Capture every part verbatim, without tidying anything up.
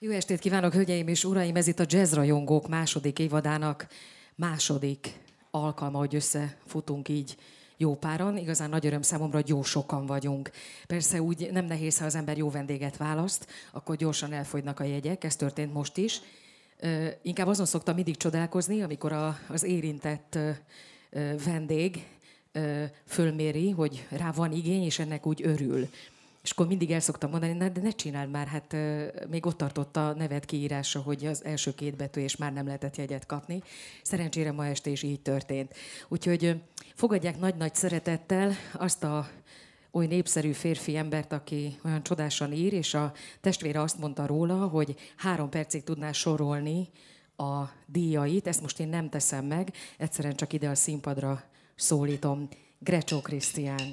Jó estét kívánok, hölgyeim és uraim! Ez itt a Jazz Rajongók második évadának második alkalma, hogy összefutunk így jó páran. Igazán nagy öröm számomra, hogy jó sokan vagyunk. Persze úgy nem nehéz, ha az ember jó vendéget választ, akkor gyorsan elfogynak a jegyek, ez történt most is. Inkább azon szoktam mindig csodálkozni, amikor a, az érintett vendég fölméri, hogy rá van igény, és ennek úgy örül. És akkor mindig el szoktam mondani, de ne csináld már, hát euh, még ott tartott a neved kiírása, hogy az első két betű, és már nem lehetett jegyet kapni. Szerencsére ma este is így történt. Úgyhogy euh, fogadják nagy-nagy szeretettel azt a oly népszerű férfi embert, aki olyan csodásan ír, és a testvére azt mondta róla, hogy három percig tudná sorolni a díjait. Ezt most én nem teszem meg, egyszerűen csak ide a színpadra szólítom. Grecsó Krisztián.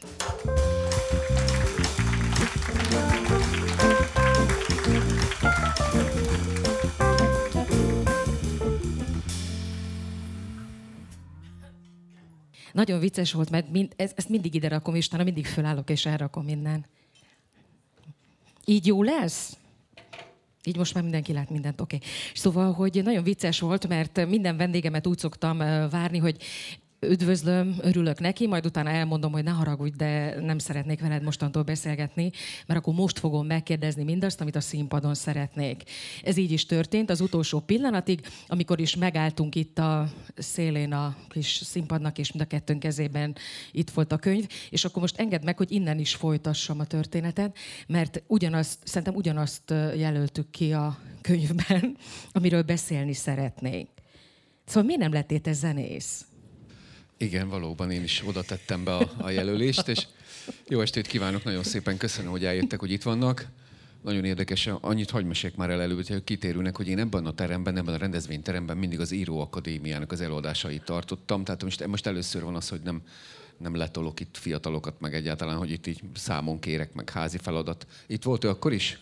Nagyon vicces volt, mert mind, ez, ezt mindig ide rakom, és utána mindig fölállok, és elrakom minden. Így jó lesz? Így most már mindenki lát mindent, oké. Okay. Szóval, hogy nagyon vicces volt, mert minden vendégemet úgy szoktam várni, hogy üdvözlöm, örülök neki, majd utána elmondom, hogy ne haragudj, de nem szeretnék veled mostantól beszélgetni, mert akkor most fogom megkérdezni mindazt, amit a színpadon szeretnék. Ez így is történt az utolsó pillanatig, amikor is megálltunk itt a szélén a kis színpadnak, és mind a kettőnk kezében itt volt a könyv, és akkor most engedd meg, hogy innen is folytassam a történetet, mert ugyanazt, szerintem ugyanazt jelöltük ki a könyvben, amiről beszélni szeretnénk. Szóval miért nem lettél te zenész? Igen, valóban én is oda tettem be a, a jelölést, és jó estét kívánok, nagyon szépen köszönöm, hogy eljöttek, hogy itt vannak. Nagyon érdekes, annyit hagy meséljek már el előtt, hogy kitérülnek, hogy én ebben a teremben, ebben a rendezvényteremben mindig az Íróakadémiának az előadásait tartottam, tehát most, most először van az, hogy nem, nem letolok itt fiatalokat, meg egyáltalán, hogy itt így számon kérek, meg házi feladat. Itt volt ő akkor is?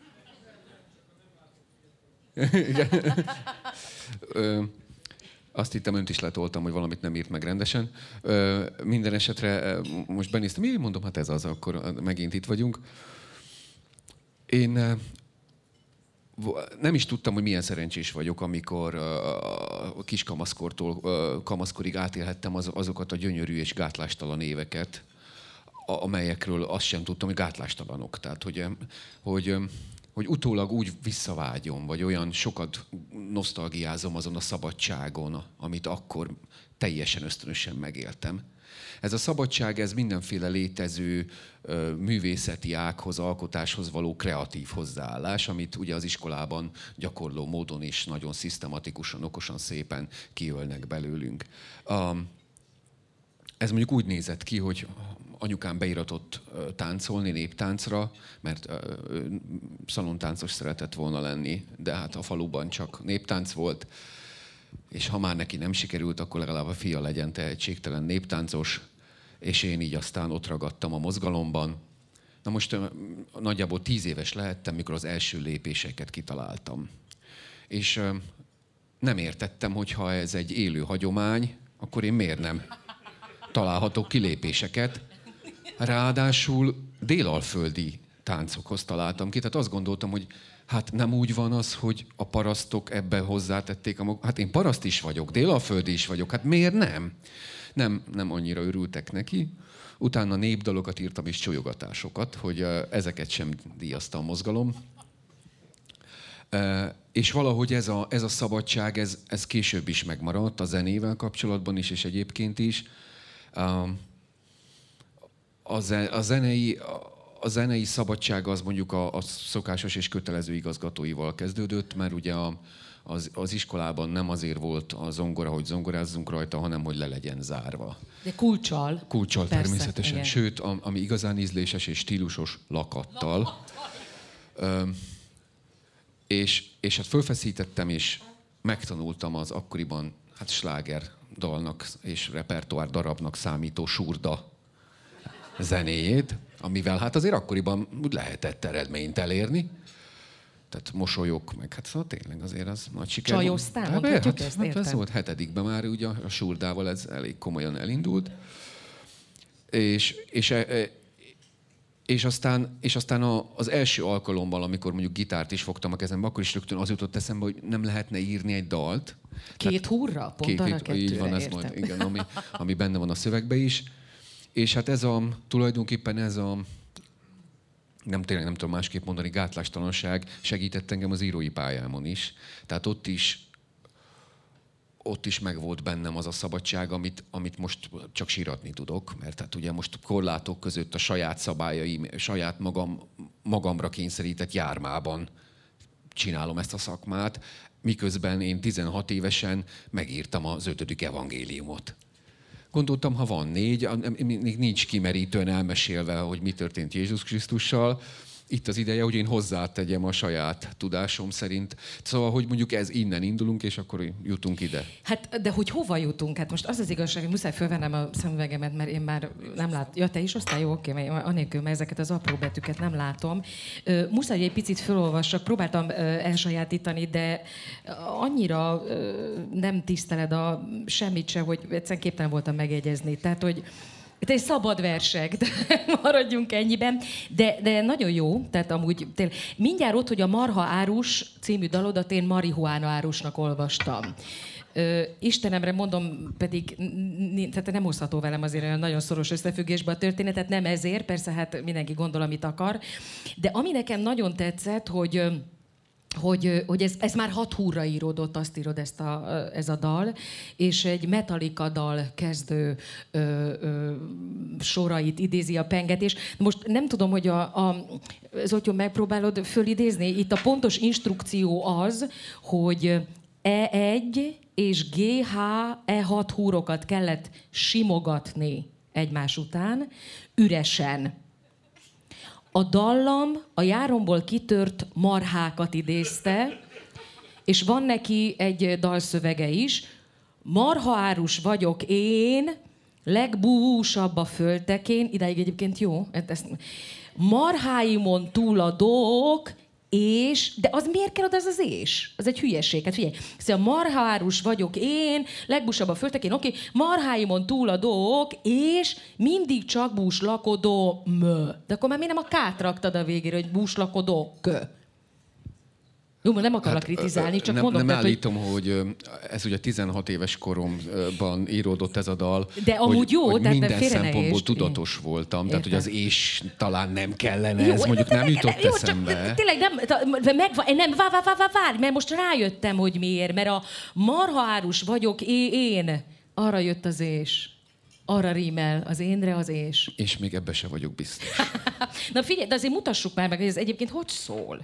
Igen. Azt hittem, önt is letoltam, hogy valamit nem írt meg rendesen. Ö, minden esetre most benéztem, én mondom, hát ez az, akkor megint itt vagyunk. Én nem is tudtam, hogy milyen szerencsés vagyok, amikor a kiskamaszkortól kamaszkorig átélhettem az, azokat a gyönyörű és gátlástalan éveket, amelyekről azt sem tudtam, hogy gátlástalanok. Tehát, hogy, hogy hogy utólag úgy visszavágyom, vagy olyan sokat nosztalgiázom azon a szabadságon, amit akkor teljesen ösztönösen megéltem. Ez a szabadság, ez mindenféle létező ö, művészeti ághoz, alkotáshoz való kreatív hozzáállás, amit ugye az iskolában gyakorló módon is nagyon szisztematikusan, okosan, szépen kiölnek belőlünk. Um, Ez mondjuk úgy nézett ki, hogy anyukám beiratott táncolni, néptáncra, mert szalontáncos szeretett volna lenni, de hát a faluban csak néptánc volt, és ha már neki nem sikerült, akkor legalább a fia legyen tehetségtelen néptáncos, és én így aztán ott ragadtam a mozgalomban. Na most nagyjából tíz éves lehettem, mikor az első lépéseket kitaláltam. És nem értettem, hogy ha ez egy élő hagyomány, akkor én miért nem találhatok kilépéseket. Ráadásul délalföldi táncokhoz találtam ki. Tehát azt gondoltam, hogy hát nem úgy van az, hogy a parasztok ebbe hozzátették a maguk. Hát én paraszt is vagyok, délalföldi is vagyok, hát miért nem? Nem, nem annyira örültek neki. Utána népdalokat írtam és csolyogatásokat, hogy ezeket sem díjazta a mozgalom. És valahogy ez a, ez a szabadság, ez, ez később is megmaradt a zenével kapcsolatban is, és egyébként is. A zenei, a zenei szabadság az mondjuk a, a szokásos és kötelező igazgatóival kezdődött, mert ugye a, az, az iskolában nem azért volt a zongora, hogy zongorázzunk rajta, hanem hogy le legyen zárva. De kulccsal. Kulccsal természetesen, igen. Sőt, ami igazán ízléses és stílusos lakattal. Ö, és, és hát fölfeszítettem, és megtanultam az akkoriban hát sláger dalnak és repertoár darabnak számító surda zenéjét, amivel hát azért akkoriban úgy lehetett eredményt elérni. Tehát mosolyok, meg hát szóval tényleg azért az nagy siker. Csajoztál? Mondhatjuk hát, ezt, hát értem. Ez volt hetedikben már, ugye a surdával ez elég komolyan elindult. És, és, És aztán, és aztán a, az első alkalommal, amikor mondjuk gitárt is fogtam a kezembe, akkor is rögtön az jutott eszembe, hogy nem lehetne írni egy dalt. Két hurra? Pont két, arra két, kettőre, így van, ez értem. majd, igen, ami, ami benne van a szövegben is. És hát ez a, tulajdonképpen ez a, nem tényleg nem tudom másképp mondani, gátlástalanság segített engem az írói pályámon is. Tehát ott is ott is megvolt bennem az a szabadság, amit, amit most csak síratni tudok, mert hát ugye most korlátok között a saját szabályaim, saját magam, magamra kényszerített jármában csinálom ezt a szakmát, miközben én tizenhat évesen megírtam az ötödik evangéliumot. Gondoltam, ha van négy, még nincs kimerítően elmesélve, hogy mi történt Jézus Krisztussal, itt az ideje, hogy én hozzátegyem a saját tudásom szerint. Szóval, hogy mondjuk ez innen indulunk, és akkor jutunk ide. Hát, de hogy hova jutunk? Hát most az az igazság, hogy muszáj fölvennem a szemüvegemet, mert én már nem látom. Ja, te is osztál? Jó, oké, mert anélkül, mert ezeket az apró betűket nem látom. Ö, muszáj, hogy egy picit felolvassak. Próbáltam ö, elsajátítani, de annyira ö, nem tiszteled a semmit se, hogy egyszerűen képtelen voltam megjegyezni. Tehát, hogy egy szabad versek, de maradjunk ennyiben. De, de nagyon jó, tehát amúgy tényleg. Mindjárt ott, hogy a Marha Árus című dalodat én Marihuána Árusnak olvastam. Ö, Istenemre mondom, pedig tehát nem hozható velem azért olyan nagyon szoros összefüggésbe a történetet, nem ezért, persze hát mindenki gondol, amit akar. De ami nekem nagyon tetszett, hogy hogy, hogy ez, ez már hat húrra íródott, azt írod ezt a, ez a dal, és egy Metallica dal kezdő ö, ö, sorait idézi a pengetés. Most nem tudom, hogy a, a Zottyó, megpróbálod fölidézni? Itt a pontos instrukció az, hogy E egy és G H E hat húrokat kellett simogatni egymás után, üresen. A dallam a járomból kitört marhákat idézte, és van neki egy dalszövege is. Marhaárus vagyok én, legbúsabb a földtekén. Idáig egyébként jó. Ezt, marháimon túl a dolg, és... De az miért kell oda ez az és? Az egy hülyeség. Hát figyelj, szóval marhaárus vagyok én, legbúsabb a földtekén, oké, marháimon túl a dolg, és mindig csak búslakodó mö. De akkor már miért nem a kát raktad a végére, hogy búslakodó kö? Jó, nem akarlak hát, kritizálni, csak nem, mondom. Nem tehát, állítom, hogy... hogy ez ugye tizenhat éves koromban íródott ez a dal. De amúgy hogy, jó, hogy tehát minden szempontból értsd. tudatos voltam. Értem. Tehát, hogy az és talán nem kellene, jó, ez mondjuk nem jutott jó, eszembe. Csak, tényleg nem, meg, nem, várj, várj, várj, várj, mert most rájöttem, hogy miért. Mert a marhaárus vagyok én, arra jött az és. Arra rímel, az énre az és. És még ebbe se vagyok biztos. Na figyelj, de azért mutassuk már meg, hogy ez egyébként hogy szól.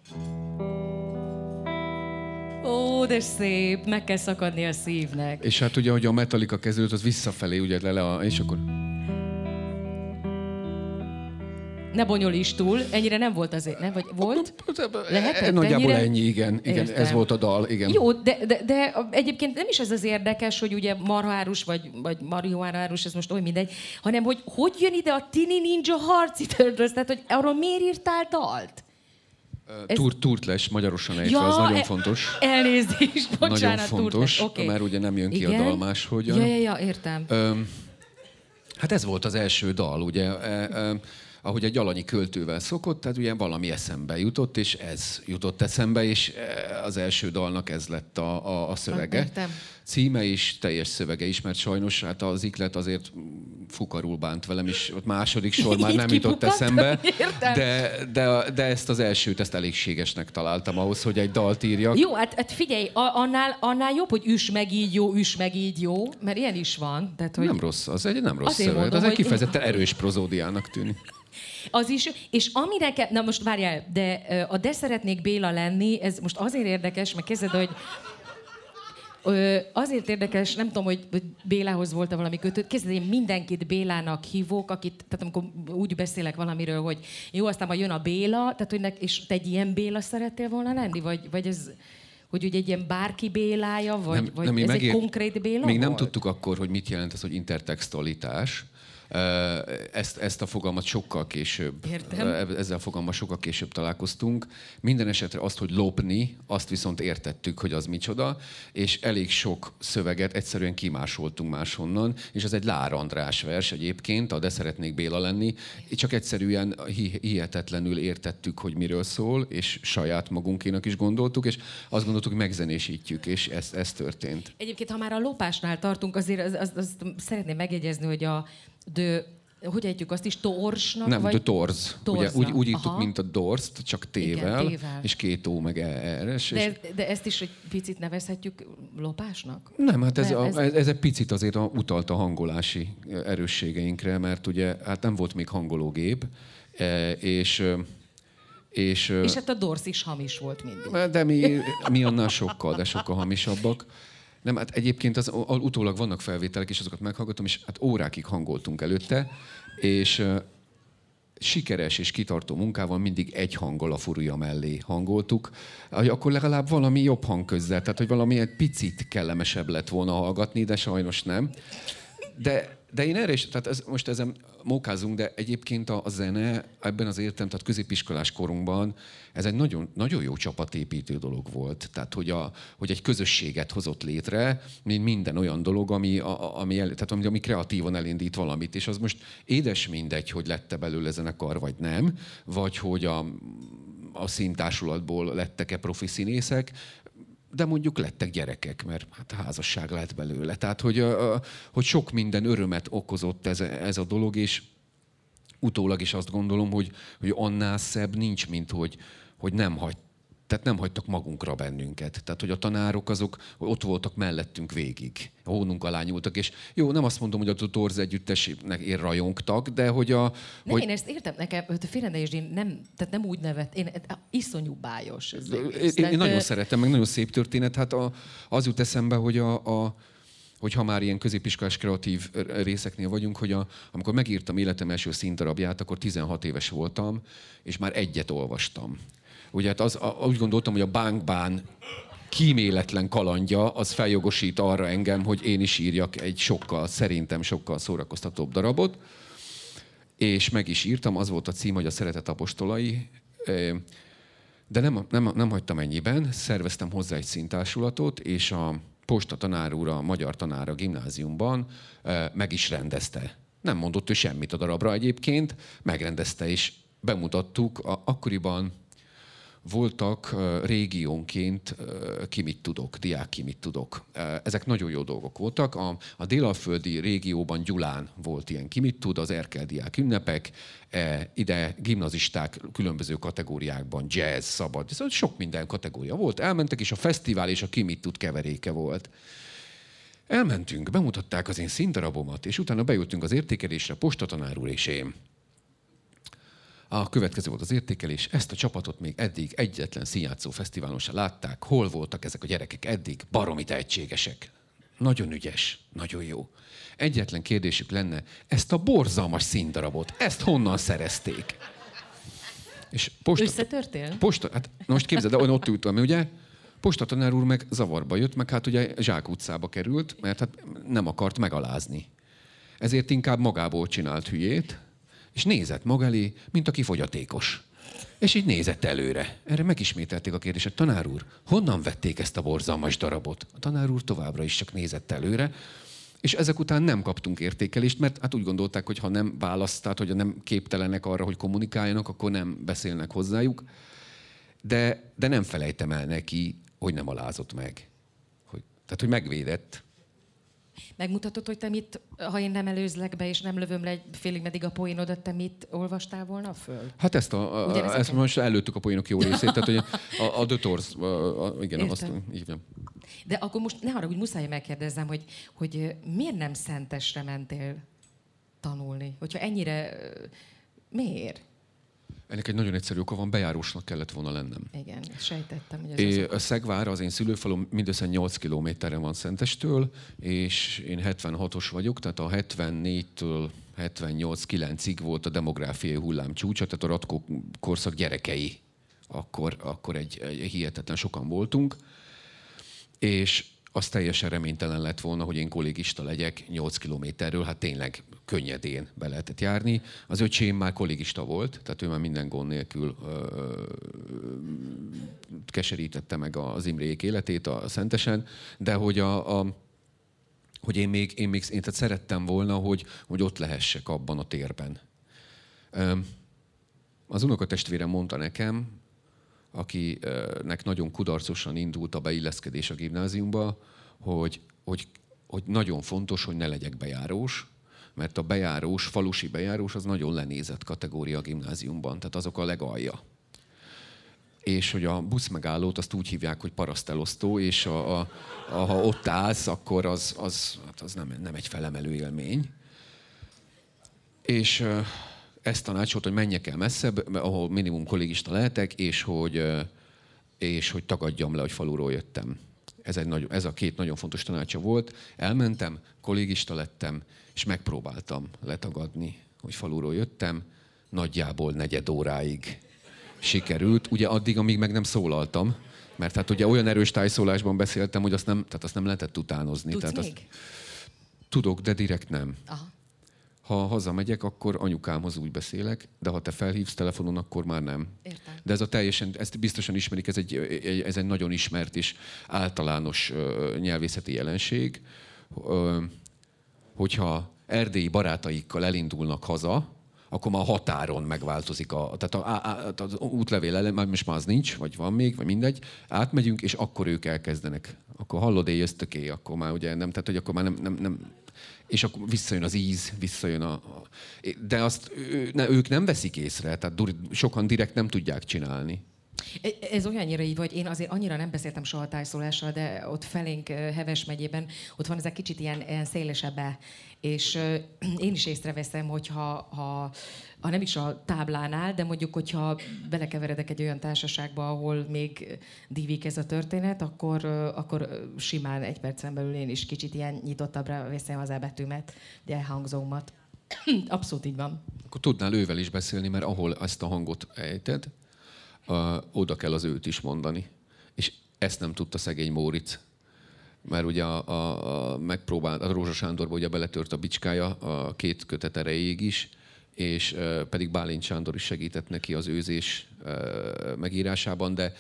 Ó, de szép, meg kell szakadni a szívnek. És hát ugye, hogy a Metallica kezdődött, az visszafelé, ugye lele a... És akkor... Ne bonyolíts túl, ennyire nem volt azért, nem? Vagy volt? Lehetett Nagyjából ennyire? ennyi, igen. igen ez volt a dal, igen. Jó, de, de, de egyébként nem is ez az érdekes, hogy ugye marhaárus, vagy, vagy marihuánárus, ez most olyan mindegy, hanem hogy hogy jön ide a Tini Ninja harci tördöz, tehát hogy arról miért írtál dalt? Ez... Turtles, magyarosan ejtve, ja, az nagyon e... fontos. Elnézést, bocsánat. Nagyon fontos, okay. Mert ugye nem jön ki igen? A dal máshogyan. Ja, ja, ja, értem. Öm, hát ez volt az első dal, ugye, e, e, ahogy egy alanyi költővel szokott, tehát ugye valami eszembe jutott, és ez jutott eszembe, és az első dalnak ez lett a, a, a szövege. Értem. Címe is, teljes szövege is, mert sajnos hát az iklet azért fukarul bánt velem, és ott második sor már nem jutott eszembe. De, de, de ezt az elsőt, ezt elégségesnek találtam ahhoz, hogy egy dalt írjak. Jó, hát, hát figyelj, annál, annál jobb, hogy üss meg így jó, üss meg így jó, mert ilyen is van. Tehát, hogy nem rossz, az egy nem rossz szöveg, mondom, az egy hogy... kifejezetten erős prozódiának tűnik. Az is, és ami nekem, na most várjál, de a De szeretnék Béla lenni, ez most azért érdekes, mert kezded, hogy Ö, azért érdekes, nem tudom, hogy, hogy Bélához volt-e valami kötőd. Kezded, én mindenkit Bélának hívok, akit, tehát amikor úgy beszélek valamiről, hogy jó, aztán majd jön a Béla, tehát, hogy nek, és te egy ilyen Béla szerettél volna lenni? Vagy, vagy ez, hogy ugye egy ilyen bárki Bélája, vagy, nem, vagy nem, ez megér... egy konkrét Béla Még volt? nem tudtuk akkor, hogy mit jelent ez, hogy intertextualitás. Ezt, ezt a fogalmat sokkal később, Értem. ezzel a fogalmat sokkal később találkoztunk. Minden esetre azt, hogy lopni, azt viszont értettük, hogy az micsoda, és elég sok szöveget egyszerűen kimásoltunk máshonnan, és ez egy Lár András vers egyébként, a De szeretnék Béla lenni, csak egyszerűen hihetetlenül értettük, hogy miről szól, és saját magunkénak is gondoltuk, és azt gondoltuk, hogy megzenésítjük, és ez, ez történt. Egyébként, ha már a lopásnál tartunk, azért azt az, az, az szeretném megjegyezni, hogy a de, hogy ejtjük azt is, torsnak? Nem, vagy? de torz. Ugye, úgy, úgy írtuk, mint a dorst, csak tével, igen, tével. És két ó meg er-es. De, és... de ezt is egy picit nevezhetjük lopásnak? Nem, hát ez, nem, a, ez... ez egy picit azért a, utalt a hangolási erősségeinkre, mert ugye hát nem volt még hangológép, és... És, és hát a dorsz is hamis volt mindig. De mi, mi annál sokkal, de sokkal hamisabbak. Nem, hát egyébként az, utólag vannak felvételek, és azokat meghallgatom, és hát órákig hangoltunk előtte, és uh, sikeres és kitartó munkával mindig egy hanggal a furúja mellé hangoltuk, hogy akkor legalább valami jobb hangközzel, tehát hogy valami egy picit kellemesebb lett volna hallgatni, de sajnos nem. De, de én erre is, tehát ez, most ezen mókázunk, de egyébként a, a zene ebben az értem, tehát középiskolás korunkban ez egy nagyon, nagyon jó csapatépítő dolog volt. Tehát, hogy, a, hogy egy közösséget hozott létre, mint minden olyan dolog, ami, a, ami, el, tehát ami, ami kreatívan elindít valamit. És az most édes mindegy, hogy lett-e belőle zenekar, vagy nem, vagy hogy a, a színtársulatból lettek-e profi színészek, de mondjuk lettek gyerekek, mert hát házasság lett belőle. Tehát, hogy, hogy sok minden örömet okozott ez, ez a dolog, és utólag is azt gondolom, hogy, hogy annál szebb nincs, mint hogy, hogy nem hagy, tehát nem hagytak magunkra bennünket. Tehát, hogy a tanárok azok ott voltak mellettünk végig. A hónunk alá nyúltak, és jó, nem azt mondom, hogy a Torz együttesnek ér rajongtak, de hogy a... Nem, hogy... én ezt értem, nekem, hogy félrenejésd, én nem, tehát nem úgy nevet, én iszonyú bájos. Ez én, én, én nagyon szeretem, meg nagyon szép történet. Hát a, az jut eszembe, hogy a, a hogy ha már ilyen középiskolás kreatív részeknél vagyunk, hogy a, amikor megírtam életem első színdarabját, akkor tizenhat éves voltam, és már egyet olvastam. Ugye hát az, a, úgy gondoltam, hogy a Bánkbán kíméletlen kalandja, az feljogosít arra engem, hogy én is írjak egy sokkal, szerintem sokkal szórakoztatóbb darabot. És meg is írtam, az volt a cím, hogy a Szeretet apostolai. De nem, nem, nem hagytam ennyiben, szerveztem hozzá egy színtársulatot, és a posta tanár úr, a magyar tanár a gimnáziumban meg is rendezte. Nem mondott ő semmit a darabra egyébként, megrendezte, és bemutattuk. A, akkoriban voltak uh, régiónként uh, ki mit tudok, diák ki mit tudok. Uh, ezek nagyon jó dolgok voltak. A, a délalföldi régióban Gyulán volt ilyen ki mit tud, az Erkel diák ünnepek, uh, ide gimnazisták különböző kategóriákban, jazz, szabad, szóval sok minden kategória volt. Elmentek, és a fesztivál és a ki mit tud keveréke volt. Elmentünk, bemutatták az én színdarabomat, és utána bejöttünk az értékelésre, postatanár úr és én. A következő volt az értékelés, ezt a csapatot még eddig egyetlen színjátszó fesztiválon se látták. Hol voltak ezek a gyerekek eddig? Baromi tehetségesek. Nagyon ügyes, nagyon jó. Egyetlen kérdésük lenne, ezt a borzalmas színdarabot, ezt honnan szerezték? És posta, Összetörtél? Posta, hát most képzeld, de ott ültem, ugye? Postatanár úr meg zavarba jött, meg hát ugye Zsák utcába került, mert hát nem akart megalázni. Ezért inkább magából csinált hülyét, és nézett maga elé, mint aki fogyatékos. És így nézett előre. Erre megismételték a kérdést, tanár úr, honnan vették ezt a borzalmas darabot? A tanár úr továbbra is csak nézett előre, és ezek után nem kaptunk értékelést, mert hát úgy gondolták, hogy ha nem választ, tehát hogy nem képtelenek arra, hogy kommunikáljanak, akkor nem beszélnek hozzájuk. De, de nem felejtem el neki, hogy nem alázott meg. Hogy, tehát, hogy megvédett. Megmutatod, hogy te mit, ha én nem előzlek be, és nem lövöm le egy félig meddig a poénodat, te mit olvastál volna föl? Hát ezt, a, a, ezt most előttük a poénok jó részét, tehát hogy a, a The Torz, a, a, igen, azt így. De akkor most ne haragudj, muszáj megkérdezzem, hogy, hogy miért nem Szentesre mentél tanulni? Hogyha ennyire... Miért? Ennek egy nagyon egyszerű oka van, bejárósnak kellett volna lennem. Igen, sejtettem, hogy ez é, az a Szegvár, az én szülőfalom mindössze nyolc kilométerre van Szentestől, és én hetvenhatos vagyok, tehát a hetvennégytől hetvennyolc kilencig volt a demográfiai hullám csúcsa, tehát a Ratkó korszak gyerekei. Akkor, akkor egy, egy hihetetlen sokan voltunk. És az teljesen reménytelen lett volna, hogy én kollégista legyek nyolc kilométerről, hát tényleg könnyedén be lehetett járni. Az öcsém már kollégista volt, tehát ő már minden gond nélkül ö, keserítette meg az Imréjék életét a Szentesen, de hogy, a, a, hogy én még, én még én tehát szerettem volna, hogy, hogy ott lehessek abban a térben. Az unokatestvérem mondta nekem, akinek nagyon kudarcosan indult a beilleszkedés a gimnáziumba, hogy, hogy, hogy nagyon fontos, hogy ne legyek bejárós, mert a bejárós, falusi bejárós az nagyon lenézett kategória a gimnáziumban, tehát azok a legalja. És hogy a buszmegállót azt úgy hívják, hogy parasztelosztó, és a, a, a, ha ott állsz, akkor az, az, az nem, nem egy felemelő élmény. És ezt tanácsolt, hogy menjek el messzebb, ahol minimum kollégista lehetek, és hogy, és hogy tagadjam le, hogy faluról jöttem. Ez, egy nagy, ez a két nagyon fontos tanácsa volt. Elmentem, kollégista lettem, és megpróbáltam letagadni, hogy faluról jöttem. Nagyjából negyed óráig sikerült. Ugye addig, amíg meg nem szólaltam, mert hát ugye olyan erős tájszólásban beszéltem, hogy azt nem, tehát azt nem lehetett utánozni. Tudsz tehát még? Azt, tudok, de direkt nem. Aha. Ha hazamegyek, akkor anyukámhoz úgy beszélek, de ha te felhívsz telefonon, akkor már nem. Értem. De ez a teljesen, ezt biztosan ismerik, ez egy, ez egy nagyon ismert és általános nyelvészeti jelenség, hogyha erdélyi barátaikkal elindulnak haza, akkor már a határon megváltozik a, tehát a, a, az útlevél ellen, most már az nincs, vagy van még, vagy mindegy, átmegyünk, és akkor ők elkezdenek. Akkor hallod, éj,öztöké, akkor már ugye nem, tehát hogy akkor már nem, nem, nem és akkor visszajön az íz, visszajön a... a de azt ő, ne, ők nem veszik észre, tehát sokan direkt nem tudják csinálni. Ez olyannyira így, hogy én azért annyira nem beszéltem soha tájszólással, de ott felénk Heves megyében, ott van ez egy kicsit ilyen, ilyen szélesebb, és én is észreveszem, hogy ha, ha, ha nem is a táblánál, de mondjuk, hogyha belekeveredek egy olyan társaságba, ahol még divik ez a történet, akkor, akkor simán egy percen belül én is kicsit ilyen nyitottabbra veszem az elbetűmet, de elhangzómat. Abszolút így van. Akkor tudnál ővel is beszélni, mert ahol ezt a hangot ejted, Uh, oda kell az őt is mondani. És ezt nem tudta szegény Móricz. Mert ugye a, a, a megpróbált, a Rózsa Sándorba ugye beletört a bicskája a két kötet erejéig is, és uh, pedig Bálint Sándor is segített neki az őzés uh, megírásában, de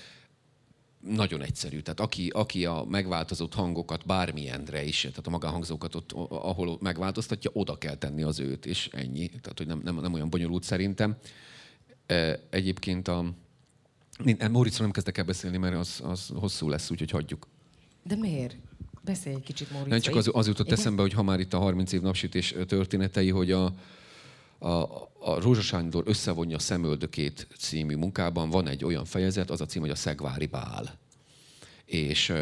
nagyon egyszerű. Tehát aki, aki a megváltozott hangokat bármilyenre is, tehát a magánhangzókat ott, ahol megváltoztatja, oda kell tenni az őt, és ennyi. Tehát, hogy nem, nem, nem olyan bonyolult szerintem. Uh, egyébként a Móriczról nem kezdek el beszélni, mert az, az hosszú lesz, úgyhogy hagyjuk. De miért? Beszélj egy kicsit Móriczról. Nem, csak az, az jutott eszembe, hogy ha már itt a harminc év napsütés történetei, hogy a, a, a Rózsa Sándor összevonja Szemöldökét című munkában van egy olyan fejezet, az a cím, hogy a Szegvári Bál. És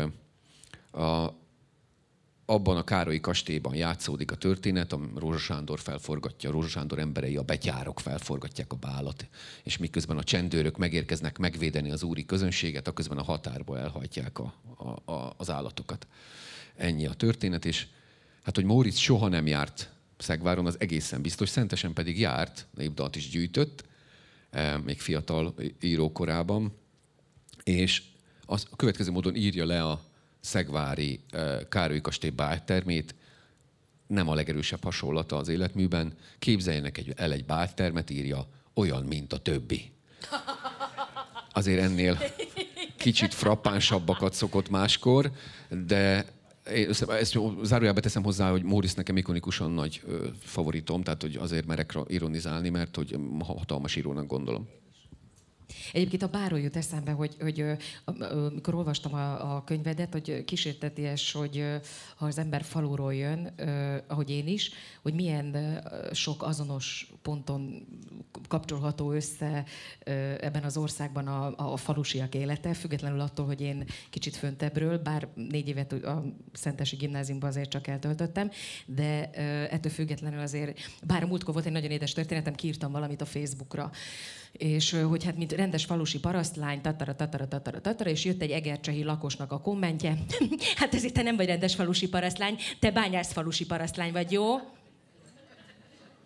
a, abban a Károlyi kastélyban játszódik a történet, a Rózsa Sándor felforgatja, a Rózsa Sándor emberei, a betyárok felforgatják a bálat, és miközben a csendőrök megérkeznek megvédeni az úri közönséget, aközben a határból elhajtják a, a, a, az állatokat. Ennyi a történet, és hát, hogy Móricz soha nem járt Szegváron, az egészen biztos, Szentesen pedig járt, népdalt is gyűjtött, még fiatal írókorában, és az, a következő módon írja le a szegvári uh, Károlyi kastély báltermét, nem a legerősebb hasonlata az életműben. Képzeljenek egy, el egy báltermet, írja, olyan, mint a többi. Azért ennél kicsit frappánsabbakat szokott máskor, de ezt zárójelbe teszem hozzá, hogy Móricz nekem ikonikusan nagy ö, favoritom, tehát hogy azért merek ironizálni, mert hogy hatalmas írónak gondolom. Egyébként a bárról jut eszembe, hogy, hogy amikor olvastam a, a könyvedet, hogy kísérteties, hogy ha az ember faluról jön, ahogy én is, hogy milyen sok azonos ponton kapcsolható össze ebben az országban a, a falusiak élete, függetlenül attól, hogy én kicsit föntebbről, bár négy évet a Szentesi gimnáziumban azért csak eltöltöttem, de ettől függetlenül azért, bár a múltkor volt egy nagyon édes történetem, kiírtam valamit a Facebookra, és hogy hát mint rendes falusi parasztlány, tatara, tatara, tatara, tatara, és jött egy egercsehi lakosnak a kommentje. Hát ezért te nem vagy rendes falusi parasztlány, te bányász falusi parasztlány vagy, jó?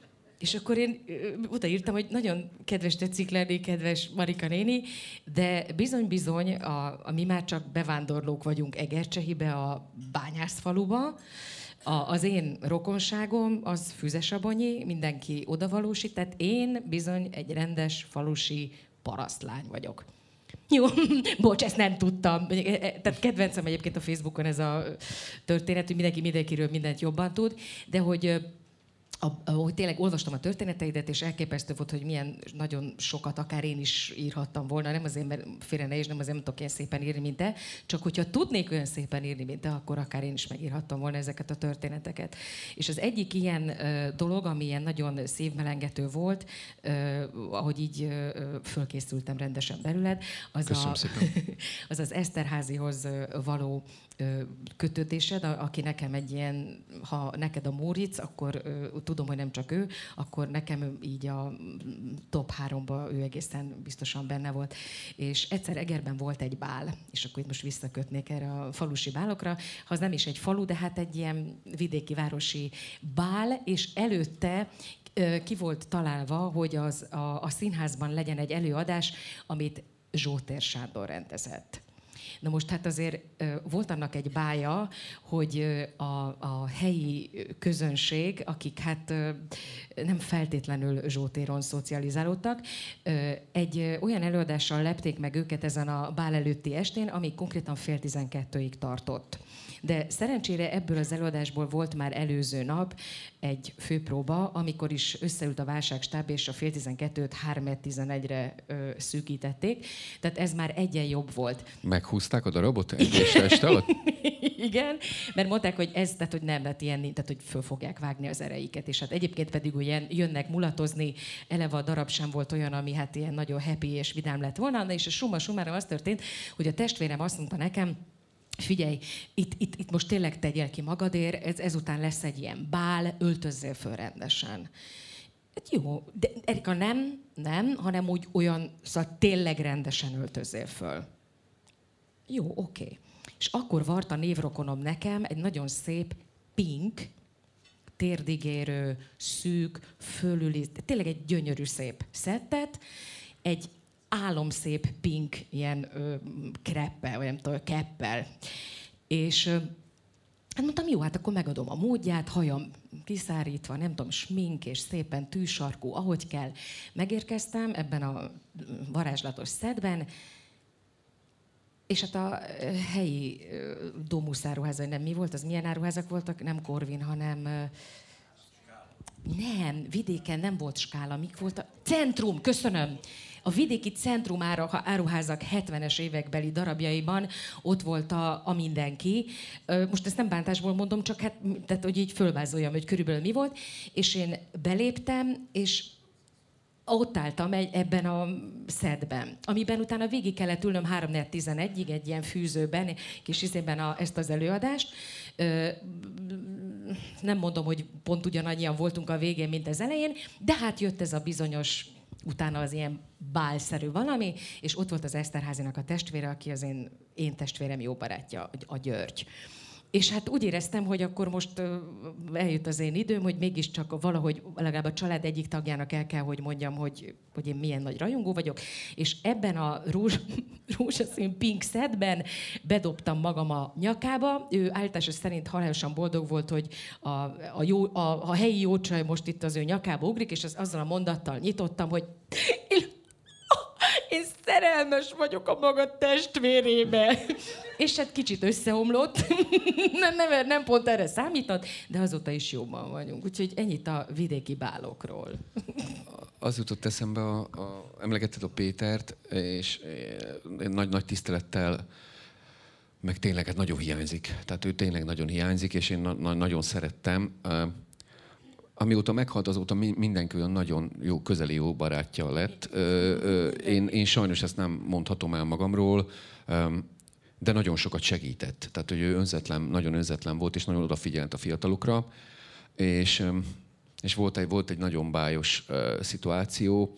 És akkor én odaírtam, hogy nagyon kedves tetszik lenni, kedves Marika néni, de bizony-bizony, a, a mi már csak bevándorlók vagyunk Egercsehibe, a Bányászfaluba. A, az én rokonságom az Füzesabonyi, mindenki odavalósít, tehát én bizony egy rendes falusi parasztlány vagyok. Jó, bocs, ezt nem tudtam. Tehát kedvencem egyébként a Facebookon ez a történet, hogy mindenki mindenkiről mindent jobban tud, de hogy ahogy tényleg olvastam a történeteidet, és elképesztő volt, hogy milyen nagyon sokat akár én is írhattam volna, nem azért, mert félre ne is, nem azért, nem tudok ilyen szépen írni, mint te, csak hogyha tudnék olyan szépen írni, mint te, akkor akár én is megírhattam volna ezeket a történeteket. És az egyik ilyen uh, dolog, ami ilyen nagyon szívmelengető volt, uh, ahogy így uh, fölkészültem rendesen belőled, az a, az, az Eszterházyhoz való kötődésed, aki nekem egy ilyen, ha neked a Móricz, akkor uh, tudom, hogy nem csak ő, akkor nekem így a top háromba ő egészen biztosan benne volt. És egyszer Egerben volt egy bál, és akkor itt most visszakötnék erre a falusi bálokra, ha az nem is egy falu, de hát egy ilyen vidéki városi bál, és előtte uh, ki volt találva, hogy az, a, a színházban legyen egy előadás, amit Zsótér Sándor rendezett. Na most hát azért volt annak egy bája, hogy a, a helyi közönség, akik hát nem feltétlenül Zsótéron szocializálódtak, egy olyan előadással lepték meg őket ezen a bál előtti estén, ami konkrétan fél tizenkettőig tartott. De szerencsére ebből az előadásból volt már előző nap egy főpróba, amikor is összeült a válságstáb, és a fél tizenkettőt három tizenegyre ö, szűkítették. Tehát ez már egyen jobb volt. Meghúzták a darabot egy este alatt? Igen, mert mondták, hogy ez, tehát hogy nem lett ilyen, tehát hogy föl fogják vágni az ereiket. És hát egyébként pedig ugye jönnek mulatozni, eleve a darab sem volt olyan, ami hát ilyen nagyon happy és vidám lett volna, és a summa summarum az történt, hogy a testvérem azt mondta nekem, figyelj, itt, itt, itt most tényleg tegyél ki magadért, ez, ezután lesz egy ilyen bál, öltözzél föl rendesen. Hát jó, de Erika nem, nem, hanem úgy olyan, szóval tényleg rendesen öltözzél föl. Jó, oké. Okay. És akkor vart a névrokonom nekem egy nagyon szép pink, térdigérő, szűk, fölüli, tényleg egy gyönyörű szép szettet, egy álomszép pink ilyen ö, kreppel, vagy nem tudom, keppel. És ö, hát mondtam, jó, hát akkor megadom a módját, hajam kiszárítva, nem tudom, smink és szépen tűsarkú, ahogy kell. Megérkeztem ebben a varázslatos szedben, és hát a helyi Domus áruháza, nem mi volt, az milyen áruházak voltak? Nem Corvin, hanem... Nem, vidéken nem volt Skála, mik volt a... Centrum, köszönöm! A vidéki Centrum áruházak hetvenes évekbeli darabjaiban ott volt a, a mindenki. Most ezt nem bántásból mondom, csak hát, tehát, hogy így fölvázoljam, hogy körülbelül mi volt. És én beléptem, és ott álltam egy, ebben a szedben, amiben utána végig kellett ülnöm három tizenegyig egy ilyen fűzőben, kis izében a, ezt az előadást. Ö, nem mondom, hogy pont ugyanannyian voltunk a végén, mint az elején, de hát jött ez a bizonyos, utána az ilyen bálszerű valami, és ott volt az Eszterházynak a testvére, aki az én, én testvérem jó barátja, a György. És hát úgy éreztem, hogy akkor most eljött az én időm, hogy mégiscsak valahogy legalább a család egyik tagjának el kell, hogy mondjam, hogy, hogy én milyen nagy rajongó vagyok. És ebben a rózs, rózsaszín pink setben bedobtam magam a nyakába. Ő állítása szerint halálosan boldog volt, hogy a, a, jó, a, a helyi jócsaj most itt az ő nyakába ugrik, és az, azzal a mondattal nyitottam, hogy én, én szerelmes vagyok a maga testvérébe. És hát kicsit összeomlott, nem, nem, nem pont erre számított, de azóta is jobban vagyunk. Úgyhogy ennyit a vidéki bálokról. Az jutott eszembe, a, a, emlegetted a Pétert, és nagy-nagy tisztelettel, meg tényleg hát nagyon hiányzik. Tehát ő tényleg nagyon hiányzik, és én na, na, nagyon szerettem. Amióta meghalt, azóta mindenki olyan nagyon jó, közeli jó barátja lett. Én, én sajnos ezt nem mondhatom el magamról, de nagyon sokat segített. Tehát, hogy ő önzetlen, nagyon önzetlen volt, és nagyon odafigyelt a fiatalokra. És, és volt, egy, volt egy nagyon bájos uh, szituáció,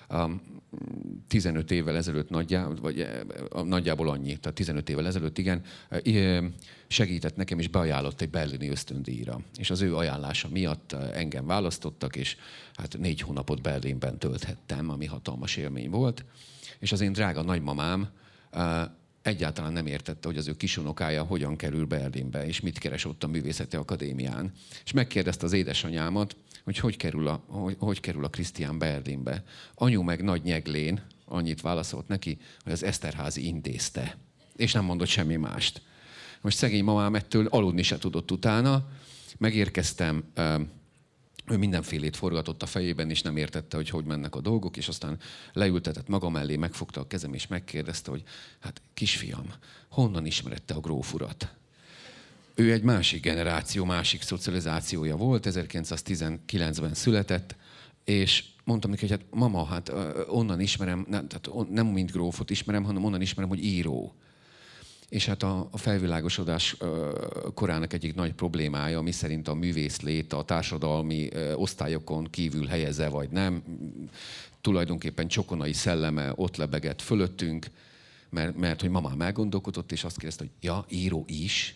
tizenöt évvel ezelőtt nagyjából, vagy nagyjából annyi, tehát tizenöt évvel ezelőtt, igen, segített nekem, és beajánlott egy berlini ösztöndíjra. És az ő ajánlása miatt engem választottak, és hát négy hónapot Berlinben tölthettem, ami hatalmas élmény volt. És az én drága nagymamám egyáltalán nem értette, hogy az ő kisunokája hogyan kerül Berlinbe, és mit keres ott a Művészeti Akadémián. És megkérdezte az édesanyámat, hogy hogy kerül a, hogy, hogy kerül a Krisztián Berlinbe. Anyu meg nagy nyeglén annyit válaszolt neki, hogy az Eszterházy intézte. És nem mondott semmi mást. Most szegény mamám ettől aludni se tudott utána. Megérkeztem, ő mindenfélét forgatott a fejében, és nem értette, hogy hogy mennek a dolgok, és aztán leültetett maga mellé, megfogta a kezem, és megkérdezte, hogy hát kisfiam, honnan ismered te a gróf urat? Ő egy másik generáció, másik szocializációja volt, ezerkilencszáztizenkilencben született, és mondtam neki, hogy hát mama, hát onnan ismerem, nem, tehát nem mint grófot ismerem, hanem onnan ismerem, hogy író. És hát a, a felvilágosodás korának egyik nagy problémája, mi szerint a művészlét a társadalmi osztályokon kívül helyezze vagy nem, tulajdonképpen csokonai szelleme ott lebegett fölöttünk, mert, mert hogy mamám elgondolkodott, és azt kérdezte, hogy ja, író is.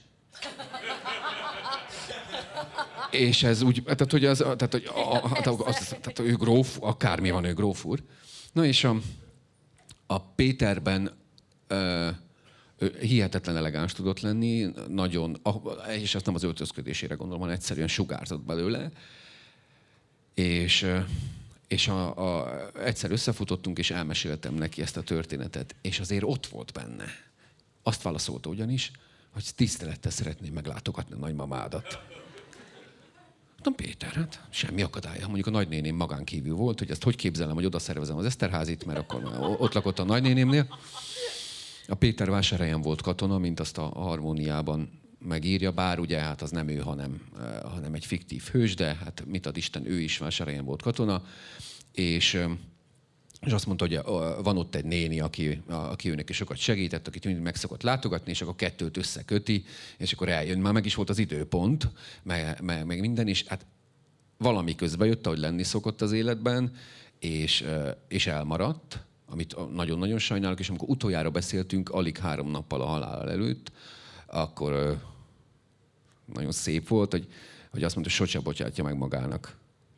És ez úgy, tehát hogy, az, tehát, hogy a, a, az, tehát, ő gróf, akármi van, ő gróf úr. Na és a, a Péterben ö, hihetetlen elegáns tudott lenni, nagyon, és ezt nem az öltözködésére gondolom, hanem egyszerűen sugárzott belőle. És, és a, a, egyszer összefutottunk, és elmeséltem neki ezt a történetet, és azért ott volt benne. Azt válaszolta ugyanis, hogy tisztelettel szeretném meglátogatni a nagymamádat. Mondtam, Péter, hát semmi akadálya. Mondjuk a nagynéném magán kívül volt, hogy ezt hogy képzelem, hogy oda szervezem az Eszterházit, mert akkor ott lakott a nagynénémnél. A Péter Vásárhelyen volt katona, mint azt a Harmóniában megírja, bár ugye hát az nem ő, hanem, hanem egy fiktív hős, de hát mit ad Isten, ő is Vásárhelyen volt katona, és, és azt mondta, hogy van ott egy néni, aki, aki őnek is sokat segített, akit mindig meg szokott látogatni, és akkor kettőt összeköti, és akkor eljön. Már meg is volt az időpont, meg, meg, meg minden, és hát valami közben jött, ahogy lenni szokott az életben, és, és elmaradt, amit nagyon-nagyon sajnálok, és amikor utoljára beszéltünk, alig három nappal a halál előtt, akkor nagyon szép volt, hogy, hogy azt mondta, hogy sose bocsátja meg magának.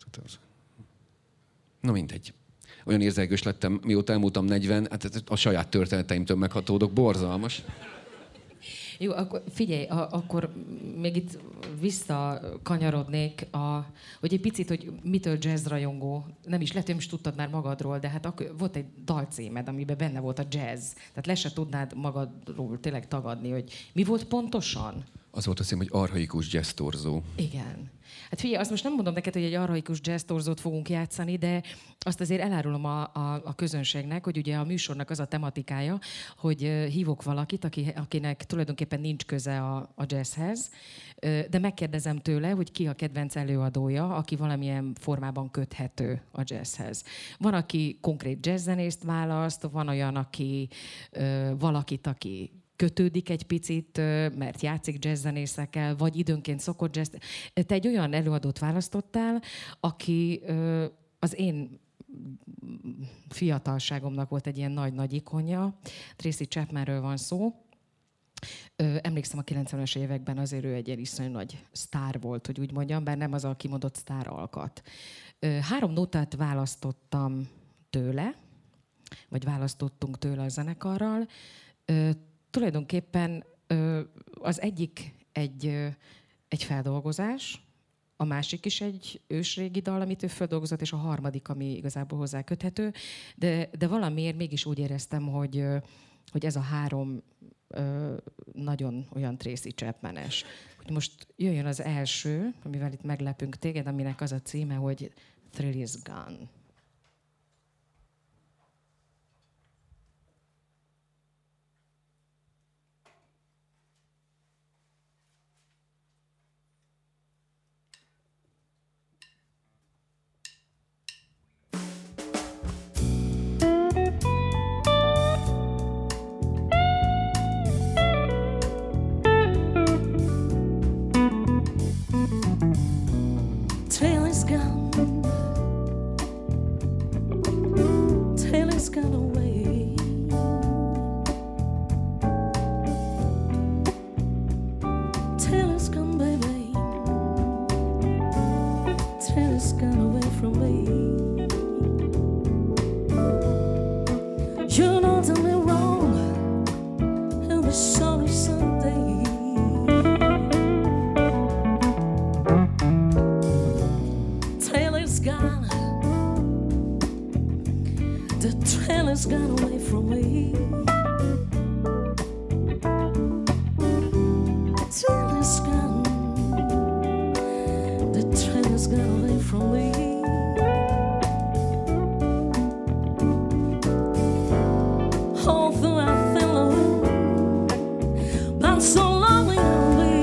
Na mindegy. Olyan érzelgős lettem, mióta elmúltam negyven, hát a saját történeteimtől meghatódok, borzalmas. Jó, akkor figyelj, a, akkor még itt visszakanyarodnék, a, hogy egy picit, hogy mitől jazzrajongó, nem is lehet, hogy most tudtad már magadról, de hát akkor volt egy dalcímed, amiben benne volt a jazz. Tehát le se tudnád magadról tényleg tagadni, hogy mi volt pontosan? Az volt a cím, hogy archaikus jazztorzó. Igen. Hát figyelj, azt most nem mondom neked, hogy egy archaikus jazztorzót fogunk játszani, de azt azért elárulom a, a, a közönségnek, hogy ugye a műsornak az a tematikája, hogy hívok valakit, aki, akinek tulajdonképpen nincs köze a, a jazzhez, de megkérdezem tőle, hogy ki a kedvenc előadója, aki valamilyen formában köthető a jazzhez. Van, aki konkrét jazzzenészt választ, van olyan, aki valakit, aki kötődik egy picit, mert játszik jazzzenészekkel, vagy időnként szokott jazz. Te egy olyan előadót választottál, aki az én fiatalságomnak volt egy ilyen nagy-nagy ikonja. Tracy Chapmanről van szó. Emlékszem, a kilencvenes években azért ő egy ilyen iszonyú nagy sztár volt, hogy úgy mondjam, bár nem az a kimondott sztár alkat. Három nótát választottam tőle, vagy választottunk tőle a zenekarral. Tulajdonképpen az egyik egy, egy feldolgozás, a másik is egy ősrégi dal, amit ő feldolgozott, és a harmadik, ami igazából hozzá köthető. De, de valamiért mégis úgy éreztem, hogy, hogy ez a három nagyon olyan Tracy Chapman-es. Hogy most jöjjön az első, amivel itt meglepünk téged, aminek az a címe, hogy Thrill is Gone. gone away from me. Train is gone. The train has gone away from me. Although I fell alone, but so lonely away.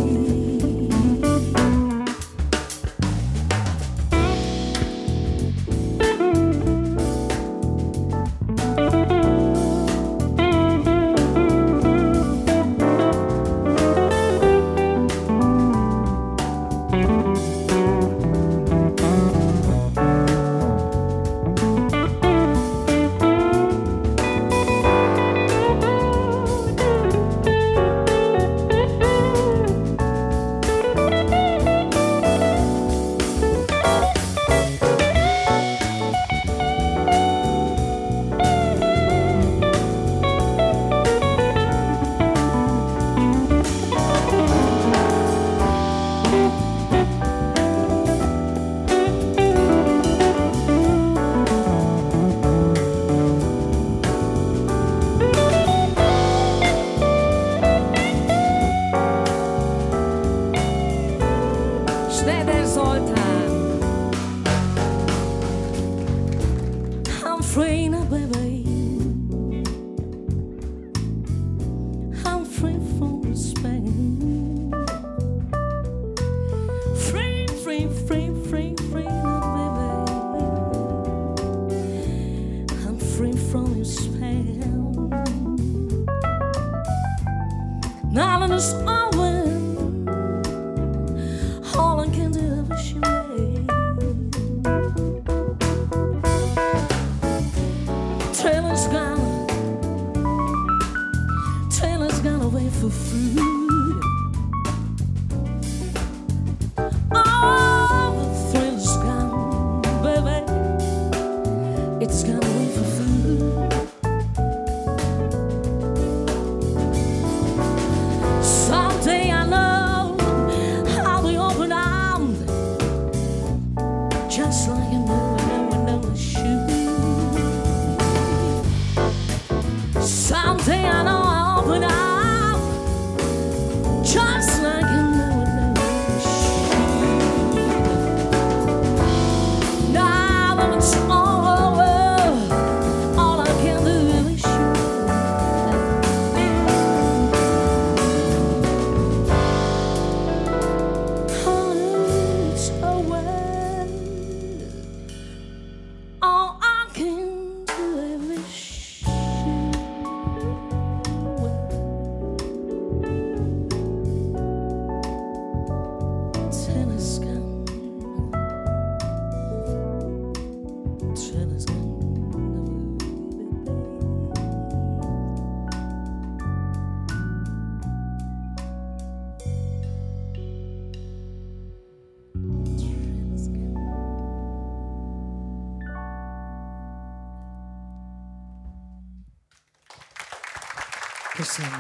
Schneider Zoltán. I'm free now, baby. I'm free from this pain. Free, free, free, free, free now, baby. I'm free from this pain. Now I'm just always. All I can do is wish you away. Trailer's gone. Trailer's gone away for food. Oh, the thriller's gone, baby. It's gone away for food. Someday I know just like I know, I know, I know I should. Someday I know I'll open up, just like I know, I know I should. Now that it's all over, all I can do is wish you. Oh, it's over. All I can do is wish you well. Tennis gun, tennis gun. Köszönöm.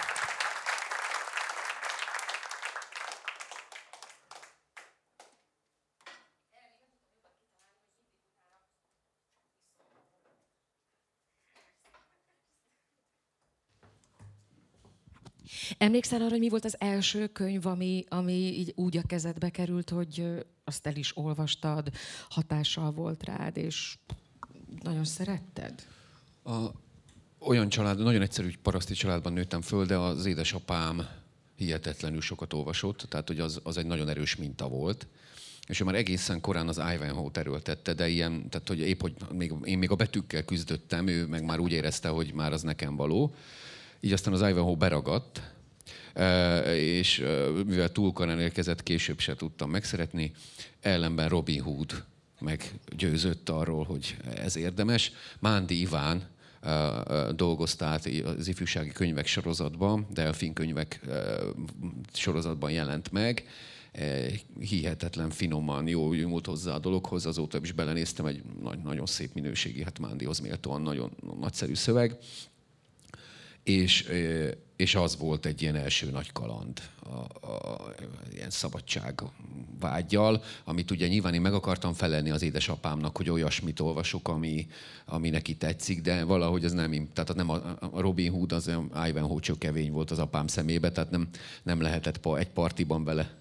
Emlékszel arra, hogy mi volt az első könyv, ami, ami így úgy a kezedbe került, hogy azt el is olvastad, hatással volt rád, és nagyon szeretted? A, olyan család, nagyon egyszerű paraszti családban nőttem föl, de az édesapám hihetetlenül sokat olvasott, tehát hogy az, az egy nagyon erős minta volt. És ő már egészen korán az Ivanhoe-t erőltette, de ilyen, tehát hogy épp, hogy még, én még a betűkkel küzdöttem, ő meg már úgy érezte, hogy már az nekem való. Így aztán az Ivanhoe beragadt, és mivel túl korán érkezett, később se tudtam megszeretni. Ellenben Robin Hood meggyőzött arról, hogy ez érdemes. Mándi Iván dolgozta át az ifjúsági könyvek sorozatban, Delfin könyvek sorozatban jelent meg. Hihetetlen finoman, jól nyúlt hozzá a dologhoz, azóta is belenéztem, egy nagyon szép minőségi, hát Mándihoz méltóan nagyon nagyszerű szöveg. És, és az volt egy ilyen első nagy kaland, a, a, ilyen szabadság vággyal, amit ugye nyilván én meg akartam felelni az édesapámnak, hogy olyasmit olvasok, ami, ami neki tetszik, de valahogy ez nem, tehát nem a, a Robin Hood, az Ivanhoe csökevény volt az apám szemébe, tehát nem, nem lehetett pa, egy partiban vele.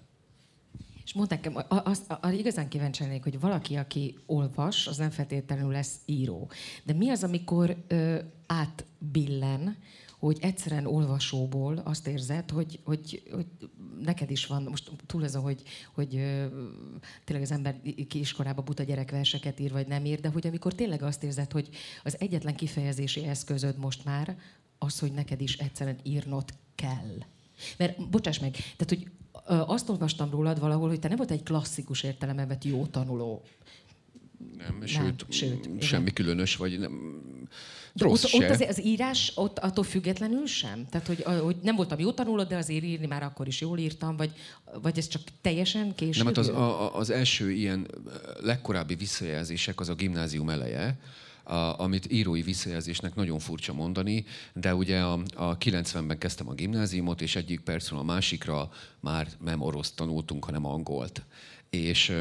És mondd nekem, az, az, igazán kíváncsi lennék, hogy valaki, aki olvas, az nem feltétlenül lesz író. De mi az, amikor ö, átbillen, hogy egyszerűen olvasóból azt érzed, hogy, hogy, hogy neked is van, most túl azon, hogy, hogy ö, tényleg az ember kiiskolában buta gyerekverseket ír, vagy nem ír, de hogy amikor tényleg azt érzed, hogy az egyetlen kifejezési eszközöd most már az, hogy neked is egyszerűen írnod kell. Mert, bocsáss meg, tehát, hogy azt olvastam rólad valahol, hogy te nem volt egy klasszikus értelemben vett jó tanuló. Nem, nem sőt, sőt semmi igen. különös, vagy nem, de rossz ott, se. ott azért az írás, ott attól függetlenül sem? Tehát, hogy, hogy nem voltam jó tanuló, de azért írni már akkor is jól írtam, vagy, vagy ez csak teljesen később? Nem, hát az, a, az első ilyen legkorábbi visszajelzések az a gimnázium eleje, A, amit írói visszajelzésnek nagyon furcsa mondani, de ugye a, a kilencvenben kezdtem a gimnáziumot, és egyik percről a másikra már nem orosz tanultunk, hanem angolt. És,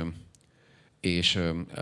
és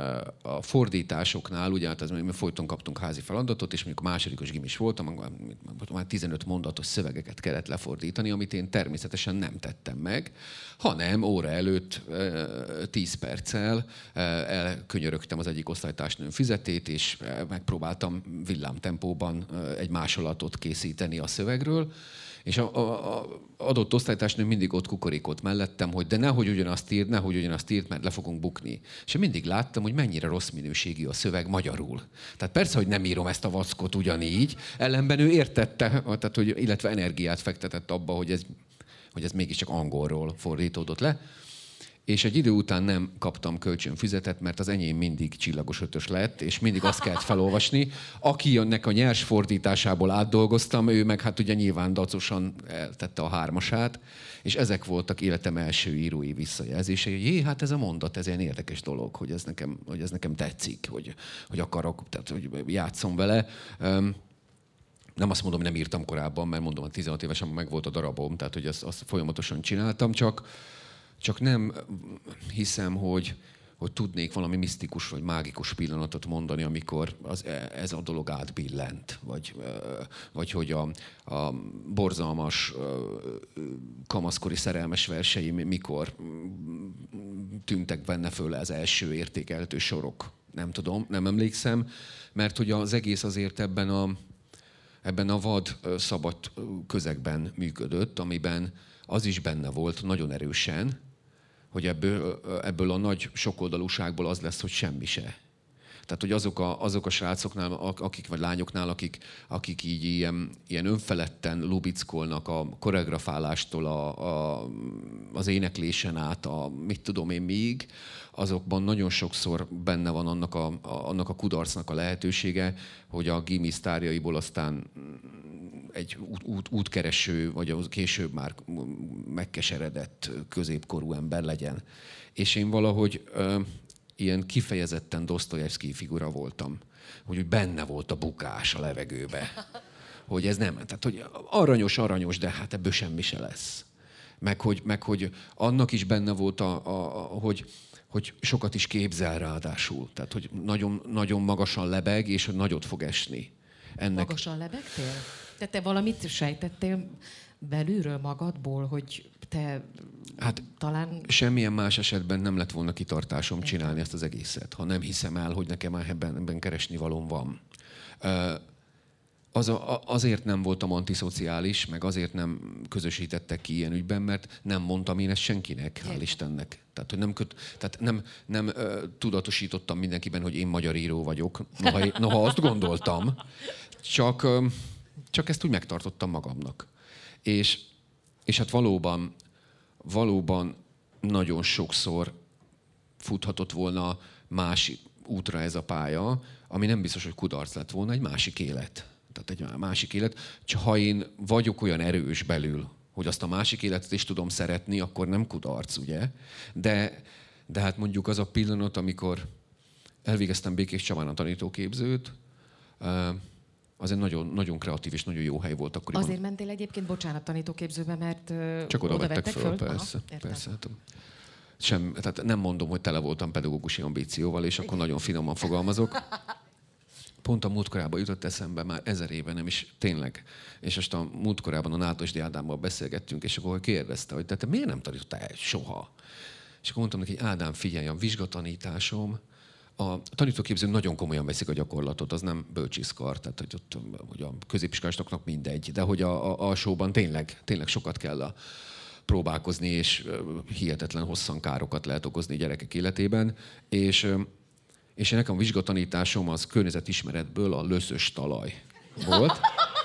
a fordításoknál, ugye hát az, mi folyton kaptunk házi feladatot, és mondjuk a másodikos gimis voltam, már tizenöt mondatos szövegeket kellett lefordítani, amit én természetesen nem tettem meg, hanem óra előtt tíz perccel elkönyörögtem az egyik osztálytársnőm füzetét, és megpróbáltam villámtempóban egy másolatot készíteni a szövegről, és a, a, a adott osztálytársnő mindig ott kukorikott mellettem, hogy de nehogy ugyanazt írd, nehogy ugyanazt írd, mert le fogunk bukni. És én mindig láttam, hogy mennyire rossz minőségű a szöveg magyarul. Tehát persze, hogy nem írom ezt a vackot ugyanígy, ellenben ő értette, tehát, hogy, illetve energiát fektetett abba, hogy ez, hogy ez mégiscsak angolról fordítódott le. És egy idő után nem kaptam kölcsönfüzetet, mert az enyém mindig csillagos ötös lett, és mindig azt kellett felolvasni. Aki ennek a nyers fordításából átdolgoztam, ő meg hát ugye nyilván dacosan eltette a hármasát, és ezek voltak életem első írói visszajelzései. Jé, hát ez a mondat, ez ilyen érdekes dolog, hogy ez nekem, hogy ez nekem tetszik, hogy, hogy akarok, tehát hogy játszom vele. Nem azt mondom, hogy nem írtam korábban, mert mondom, hogy tizenhat évesen meg volt a darabom, tehát hogy azt, azt folyamatosan csináltam, csak Csak nem hiszem, hogy, hogy tudnék valami misztikus vagy mágikus pillanatot mondani, amikor az, ez a dolog átbillent. Vagy, vagy hogy a, a borzalmas kamaszkori szerelmes verseim mikor tűntek benne föl az első értékelhető sorok. Nem tudom, nem emlékszem, mert hogy az egész azért ebben a, ebben a vad, szabad közegben működött, amiben az is benne volt nagyon erősen, hogy ebből, ebből a nagy sokoldalúságból az lesz, hogy semmi se. Tehát, hogy azok a, azok a srácoknál, akik, vagy lányoknál, akik, akik így ilyen, ilyen önfeledten lubickolnak a koreografálástól a, a, az éneklésen át, a mit tudom én még, azokban nagyon sokszor benne van annak a, a, annak a kudarcnak a lehetősége, hogy a gimi sztárjaiból aztán egy út, út, útkereső, vagy később már megkeseredett középkorú ember legyen. És én valahogy ö, ilyen kifejezetten Dosztojevszkij figura voltam, hogy benne volt a bukás a levegőbe. Hogy ez nem, tehát hogy aranyos, aranyos, de hát ebből semmi se lesz. Meg hogy, meg, hogy annak is benne volt, a, a, a, hogy, hogy sokat is képzel ráadásul. Tehát, hogy nagyon, nagyon magasan lebeg, és hogy nagyot fog esni. Ennek... Magasan lebegtél? Te, te valamit sejtettél belülről magadból, hogy te hát talán... Semmilyen más esetben nem lett volna kitartásom csinálni ezt az egészet, ha nem hiszem el, hogy nekem ebben, ebben keresni valóm van. Az a, azért nem voltam antiszociális, meg azért nem közösítettek ki ilyen ügyben, mert nem mondtam én ezt senkinek, hál' Istennek. Tehát, hogy nem, köt, tehát nem, nem uh, tudatosítottam mindenkiben, hogy én magyar író vagyok. Noha, noha azt gondoltam, csak, uh, csak ezt úgy megtartottam magamnak. És, és hát valóban, valóban nagyon sokszor futhatott volna más útra ez a pálya, ami nem biztos, hogy kudarc lett volna, egy másik élet. Tehát egy másik élet. Csak ha én vagyok olyan erős belül, hogy azt a másik életet is tudom szeretni, akkor nem kudarc, ugye? De, de hát mondjuk az a pillanat, amikor elvégeztem Békés Csabán a tanítóképzőt, az egy nagyon, nagyon kreatív és nagyon jó hely volt akkoriban. Azért mentél egyébként, bocsánat, tanítóképzőbe, mert csak oda, oda vettek, vettek föl, föl? persze. Aha, persze hát sem, tehát nem mondom, hogy tele voltam pedagógusi ambícióval, és akkor nagyon finoman fogalmazok. Pont a múltkorában jutott eszembe, már ezer éve nem is, tényleg. És most a múltkorában a Nátosdi Ádámmal beszélgettünk, és akkor kérdezte, hogy te miért nem tanítottál el soha? És akkor mondtam neki, hogy Ádám, figyelj, a vizsgatanításom, a tanítóképzőn nagyon komolyan veszik a gyakorlatot, az nem bölcsiszkar, tehát hogy, ott, hogy a középiskolásoknak mindegy, de hogy a, a alsóban tényleg, tényleg sokat kell a próbálkozni, és hihetetlen hosszan károkat lehet okozni gyerekek életében. És, és nekem a vizsgatanításom az környezetismeretből a löszös talaj volt.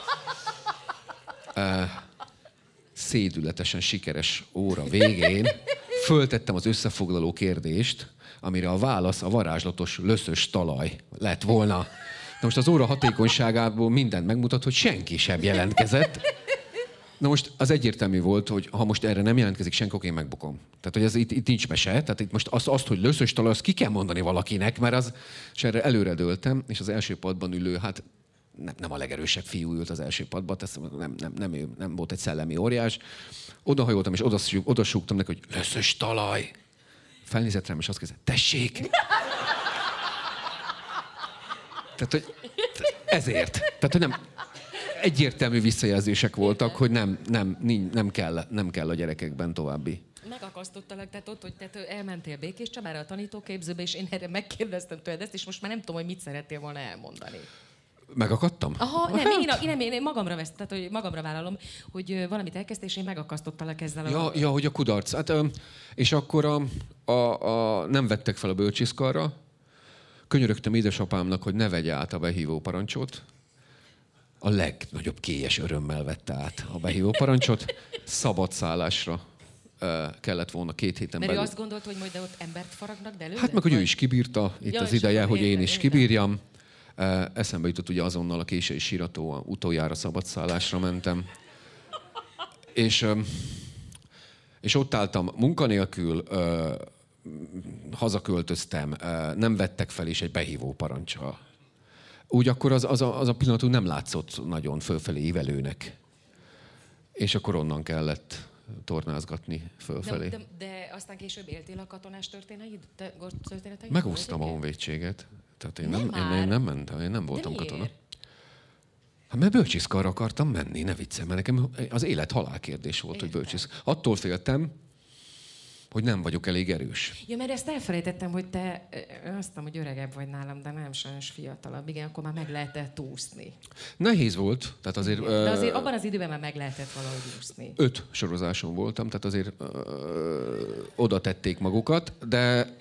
Szédületesen sikeres óra végén föltettem az összefoglaló kérdést, amire a válasz a varázslatos löszös talaj lett volna. Na most az óra hatékonyságából mindent megmutat, hogy senki sem jelentkezett. Na most az egyértelmű volt, hogy ha most erre nem jelentkezik senki, akkor én megbukom. Tehát, hogy ez itt, itt nincs mese. Tehát itt most azt, azt, hogy löszös talaj, azt ki kell mondani valakinek, mert az... És erre előre dőltem, és az első padban ülő, hát nem, nem a legerősebb fiú ült az első padban, nem, nem, nem, nem, nem volt egy szellemi óriás. Odahajoltam, és odasúgtam neki, hogy löszös talaj. Felnézett rám, és azt kérdezte, tessék! Tehát, hogy ezért. Tehát, hogy nem... Egyértelmű visszajelzések voltak, hogy nem, nem, nem, kell, nem kell a gyerekekben további. Megakasztottalak, tehát ott, hogy tehát elmentél Békés Csabára a tanítóképzőbe, és én erre megkérdeztem tőled ezt, és most már nem tudom, hogy mit szerettél volna elmondani. Megakadtam? Aha, nem, én, én, én, én magamra vesz, tehát hogy magamra vállalom, hogy valamit elkezdtél, és én megakasztottalak ezzel a... Ja, ja, hogy a kudarc. Hát, és akkor a, a, a, nem vettek fel a bölcsiszkarra. Könyörögtem édesapámnak, hogy ne vegye át a behívó parancsot. A legnagyobb kélyes örömmel vette át a behívó parancsot. Szabadszállásra kellett volna két héten Mert belül. Mert ő azt gondolt, hogy majd ott embert faragnak, de előre? Hát meg, hogy ő is kibírta itt ja, az ideje, hogy én is kibírjam. Értem. Eszembe jutott ugye azonnal a késői sírató, utoljára szabadszállásra mentem. És, és ott álltam munkanélkül, hazaköltöztem, nem vettek fel is egy behívó parancsal. Úgy akkor az, az, a, az a pillanat úgy nem látszott nagyon fölfelé ívelőnek. És akkor onnan kellett tornázgatni fölfelé. De, de, de aztán később éltél a katonás történeteid? Megúsztam a honvédséget. Tehát én nem, nem, én, én nem mentem, én nem voltam de katona. Hát mert bölcsiszkarra akartam menni, ne viccem, mert nekem az élet-halál kérdés volt, Értem. hogy bölcsiszkar. Attól féltem, hogy nem vagyok elég erős. Ja, mert ezt elfelejtettem, hogy te azt tudom, hogy öregebb vagy nálam, de nem sajnos fiatalabb. Igen, akkor már meg lehetett úszni. Nehéz volt. Tehát azért, de azért abban az időben már meg lehetett valahogy úszni. Öt sorozáson voltam, tehát azért ö, oda tették magukat, de,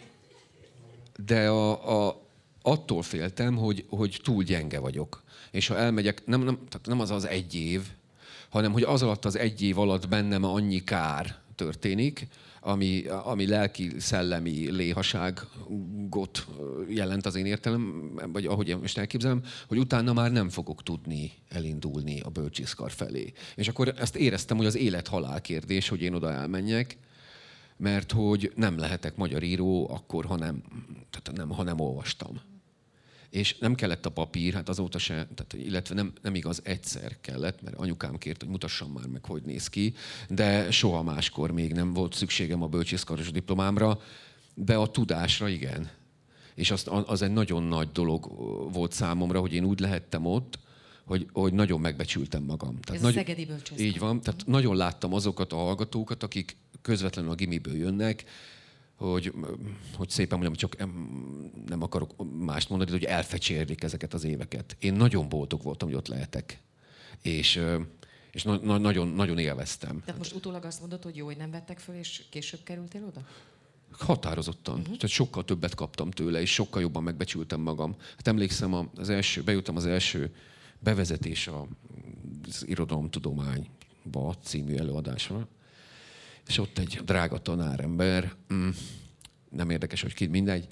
de a, a, attól féltem, hogy, hogy túl gyenge vagyok. És ha elmegyek, nem, nem, tehát nem az az egy év, hanem hogy az alatt az egy év alatt bennem annyi kár történik, ami, ami lelki-szellemi léhaságot jelent az én értelem, vagy ahogy én most elképzelem, hogy utána már nem fogok tudni elindulni a bölcsiszkar felé. És akkor ezt éreztem, hogy az élet-halál kérdés, hogy én oda elmenjek, mert hogy nem lehetek magyar író akkor, ha nem, tehát nem, ha nem olvastam. És nem kellett a papír, hát azóta se, tehát, illetve nem, nem igaz, egyszer kellett, mert anyukám kért, hogy mutassam már meg, hogy néz ki, de soha máskor még nem volt szükségem a bölcsiszkaros diplomámra, de a tudásra igen. És az, az egy nagyon nagy dolog volt számomra, hogy én úgy lehettem ott, hogy, hogy nagyon megbecsültem magam. Tehát Ez nagy, a szegedi bölcsiszkar. Így van, tehát nagyon láttam azokat a hallgatókat, akik közvetlenül a gimiből jönnek, hogy, hogy szépen mondjam, csak nem akarok mást mondani, hogy elfecsérlik ezeket az éveket. Én nagyon boldog voltam, hogy ott lehetek. És, és na, na, nagyon, nagyon élveztem. Tehát most utólag azt mondod, hogy jó, hogy nem vettek föl, és később kerültél oda? Határozottan. Uh-huh. Tehát sokkal többet kaptam tőle, és sokkal jobban megbecsültem magam. Hát emlékszem, az első, bejutam az első bevezetés az Irodalomtudományba című előadásra, és ott egy drága tanárember, nem érdekes, hogy ki, mindegy,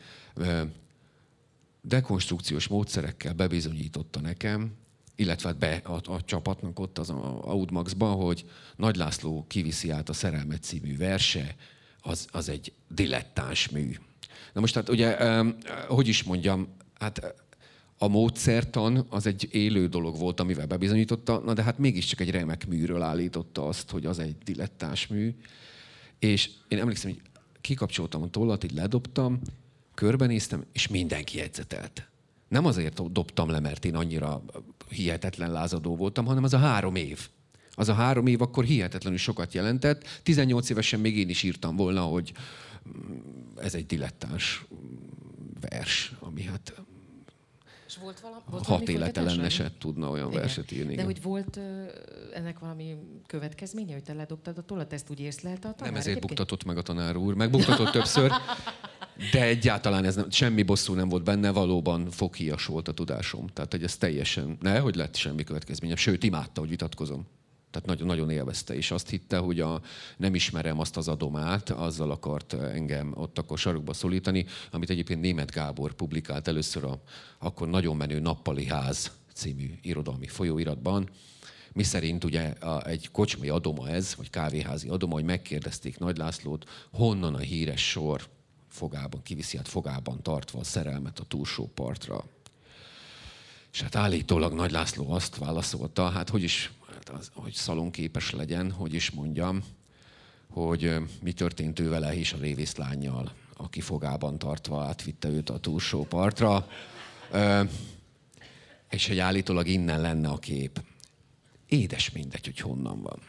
dekonstrukciós módszerekkel bebizonyította nekem, illetve be a, a csapatnak ott az Audmaxban, hogy Nagy László kiviszi át a Szerelmet című verse, az, az egy dilettáns mű. Na most hát ugye, hogy is mondjam, hát a módszertan az egy élő dolog volt, amivel bebizonyította, na de hát mégiscsak egy remek műről állította azt, hogy az egy dilettáns mű. És én emlékszem, hogy kikapcsoltam a tollat, így ledobtam, körbenéztem, és mindenki jegyzetelt. Nem azért dobtam le, mert én annyira hihetetlen lázadó voltam, hanem az a három év. Az a három év akkor hihetetlenül sokat jelentett. tizennyolc évesen még én is írtam volna, hogy ez egy dilettáns vers, ami hát És volt vala, volt hat életelen se tudna olyan igen. verset írni. De hogy volt uh, ennek valami következménye, hogy te ledobtad a tollat, ezt úgy észlelte a tanár? Nem ezért egyébként? buktatott meg a tanár úr. Megbuktatott többször, de egyáltalán ez nem, semmi bosszú nem volt benne, valóban foghíjas volt a tudásom. Tehát, hogy ez teljesen, ne, hogy lett semmi következménye. Sőt, imádta, hogy vitatkozom. Tehát nagyon, nagyon élvezte, és azt hitte, hogy a, nem ismerem azt az adomát, azzal akart engem ott akkor sarokba szólítani, amit egyébként Németh Gábor publikált először a akkor nagyon menő Nappali Ház című irodalmi folyóiratban, miszerint ugye a, egy kocsmai adoma ez, vagy kávéházi adoma, hogy megkérdezték Nagy Lászlót, honnan a híres sor fogában, kiviszi át fogában tartva a szerelmet a túlsó partra. És hát állítólag Nagy László azt válaszolta, hát hogy is, hát az, hogy szalonképes legyen, hogy is mondjam, hogy mi történt ő vele és a révészlánnyal, aki fogában tartva átvitte őt a túlsó partra. Ö, és hogy állítólag innen lenne a kép. Édes mindegy, hogy honnan van.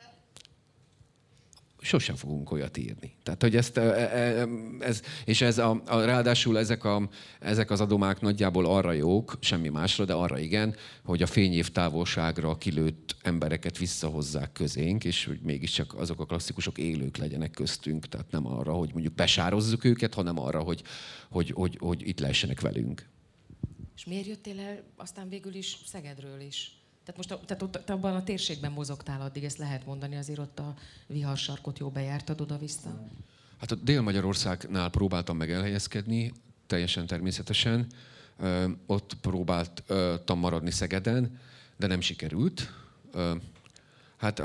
Sosem fogunk olyat írni. Tehát, hogy ezt, ez, és ez a, a, ráadásul ezek, a, ezek az adomák nagyjából arra jók, semmi másra, de arra igen, hogy a fényév távolságra kilőtt embereket visszahozzák közénk, és hogy mégiscsak azok a klasszikusok élők legyenek köztünk. Tehát nem arra, hogy mondjuk besározzuk őket, hanem arra, hogy, hogy, hogy, hogy itt lehessenek velünk. És miért jöttél el aztán végül is Szegedről is? Tehát most a, tehát ott, te abban a térségben mozogtál addig, ezt lehet mondani, azért ott a viharsarkot jó bejártad oda-vissza? Hát a Dél-Magyarországnál próbáltam meg elhelyezkedni, teljesen természetesen. Ö, ott próbáltam maradni Szegeden, de nem sikerült. Ö, hát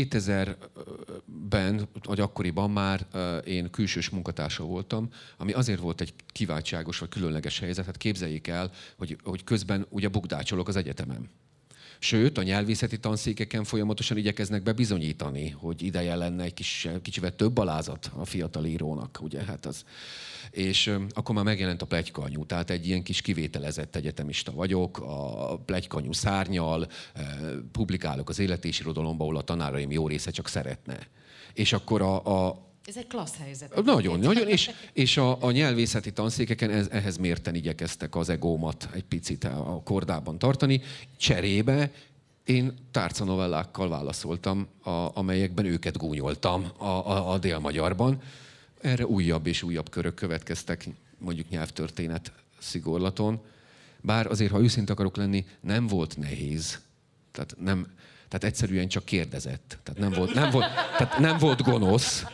kétezerben, vagy akkoriban már én külsős munkatársa voltam, ami azért volt egy kiváltságos vagy különleges helyzet. Hát képzeljék el, hogy, hogy közben ugye bukdácsolok az egyetemen. Sőt, a nyelvészeti tanszékeken folyamatosan igyekeznek bebizonyítani, hogy ideje lenne egy kis, kicsivel több alázat a fiatal írónak, ugye, hát az. És euh, akkor már megjelent a Pletykaanyu, tehát egy ilyen kis kivételezett egyetemista vagyok, a Pletykaanyu szárnyal, euh, publikálok az Élet és Irodalomban, ahol a tanáraim jó része csak szeretne. És akkor a, a Ez egy klassz helyzet. Nagyon, nagyon, és, és a, a nyelvészeti tanszékeken ez, ehhez mérten igyekeztek az egómat egy picit a kordában tartani. Cserébe én tárcanovellákkal válaszoltam, a, amelyekben őket gúnyoltam a, a, a Dél-Magyarban. Erre újabb és újabb körök következtek, mondjuk nyelvtörténet szigorlaton. Bár azért, ha őszinte akarok lenni, nem volt nehéz. Tehát, nem, tehát egyszerűen csak kérdezett. Tehát nem volt, nem volt, tehát nem volt gonosz.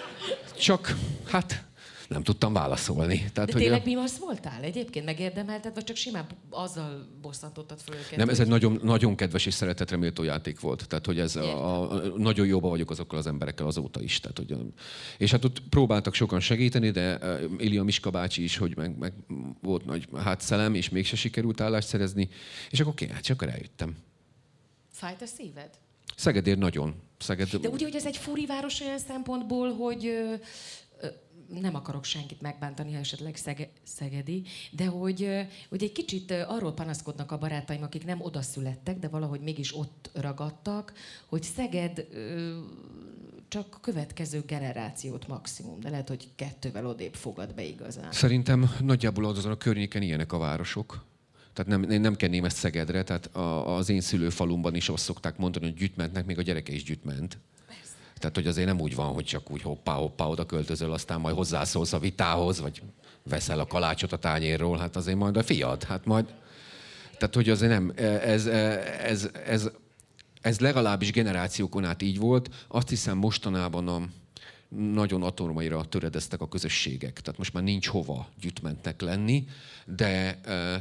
Csak, hát nem tudtam válaszolni. Tehát, De hogy tényleg a... mimasz voltál egyébként? Megérdemelted, vagy csak simán azzal bosszantottad föl őket? Nem, ez egy nagyon, nagyon kedves és szeretetre méltó játék volt. Tehát, hogy ez a, a, nagyon jóba vagyok azokkal az emberekkel azóta is. Tehát, hogy, és hát ott próbáltak sokan segíteni, de Ilia Miska bácsi is, hogy meg, meg volt nagy hátszelem, és mégse sikerült állást szerezni. És akkor kéne, hát csak eljöttem. Fájt a szíved? Szegedért nagyon. Szeged... De ugye, hogy ez egy furi város olyan szempontból, hogy ö, ö, nem akarok senkit megbántani, ha esetleg szege, szegedi, de hogy, ö, hogy egy kicsit ö, arról panaszkodnak a barátaim, akik nem oda születtek, de valahogy mégis ott ragadtak, hogy Szeged ö, csak következő generációt maximum, de lehet, hogy kettővel odébb fogad be igazán. Szerintem nagyjából azon a környéken ilyenek a városok. Tehát nem, én nem kenném ezt Szegedre, tehát a, az én szülőfalumban is azt szokták mondani, hogy Gyütmentnek még a gyereke is Gyütment. Persze. Tehát, hogy azért nem úgy van, hogy csak úgy hoppá-hoppá oda költözöl, aztán majd hozzászólsz a vitához, vagy veszel a kalácsot a tányérról, hát azért majd a fiad, hát majd... Tehát, hogy azért nem, ez, ez, ez, ez legalábbis generációkon át így volt. Azt hiszem mostanában a nagyon atomaira töredeztek a közösségek. Tehát most már nincs hova Gyütmentnek lenni, de...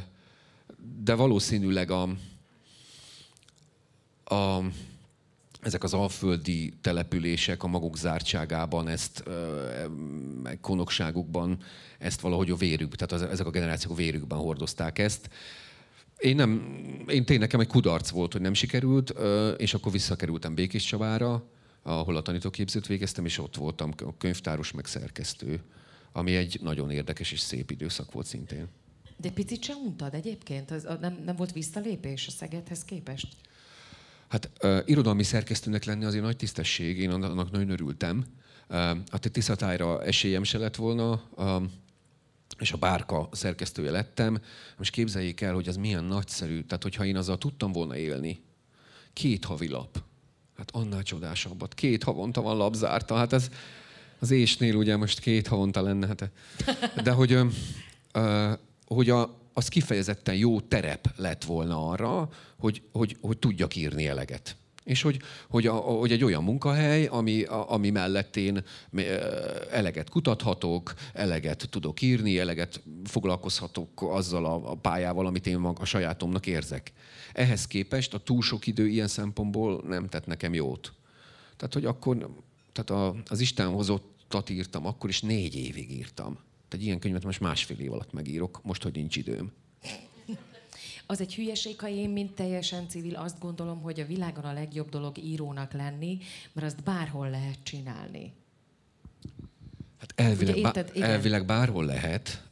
de valószínűleg a, a, ezek az alföldi települések a maguk zártságában, ezt, meg konokságukban ezt valahogy a vérük, tehát az, ezek a generációk a vérükben hordozták ezt. Én, nem, én tényleg nekem egy kudarc volt, hogy nem sikerült, és akkor visszakerültem Békéscsabára, ahol a tanítóképzőt végeztem, és ott voltam könyvtáros meg szerkesztő, ami egy nagyon érdekes és szép időszak volt szintén. De picit sem untad egyébként? Az, a, nem, nem volt visszalépés a Szegedhez képest? Hát uh, irodalmi szerkesztőnek lenni azért nagy tisztesség, én annak nagyon örültem. Uh, a Tiszatájra esélyem se lett volna, uh, és a Bárka szerkesztője lettem. Most képzeljék el, hogy az milyen nagyszerű. Tehát, hogyha én azzal tudtam volna élni, két havilap, hát annál csodásabbat. Két havonta van lapzárta, hát ez az ésnél ugye most két havonta lenne. Hát, de hogy, uh, hogy a, az kifejezetten jó terep lett volna arra, hogy, hogy, hogy tudjak írni eleget. És hogy, hogy, a, hogy egy olyan munkahely, ami, a, ami mellett én eleget kutathatok, eleget tudok írni, eleget foglalkozhatok azzal a, a pályával, amit én mag, a sajátomnak érzek. Ehhez képest a túl sok idő ilyen szempontból nem tett nekem jót. Tehát, hogy akkor tehát a, az Isten hozottat írtam, akkor is négy évig írtam. Tehát ilyen könyvet most másfél év alatt megírok, most, hogy nincs időm. Az egy hülyeség, ha én, mint teljesen civil, azt gondolom, hogy a világon a legjobb dolog írónak lenni, mert azt bárhol lehet csinálni. Hát elvileg, Ugye, érted? bá- elvileg bárhol lehet,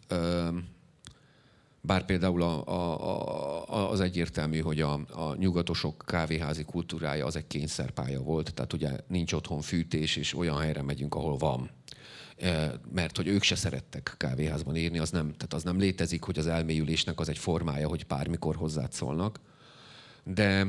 bár például a, a, a, az egyértelmű, hogy a, a nyugatosok kávéházi kultúrája az egy kényszerpálya volt, tehát ugye nincs otthon fűtés, és olyan helyre megyünk, ahol van. Mert hogy ők se szerettek kávéházban írni, az nem, tehát az nem létezik, hogy az elmélyülésnek az egy formája, hogy bármikor hozzád szólnak. De,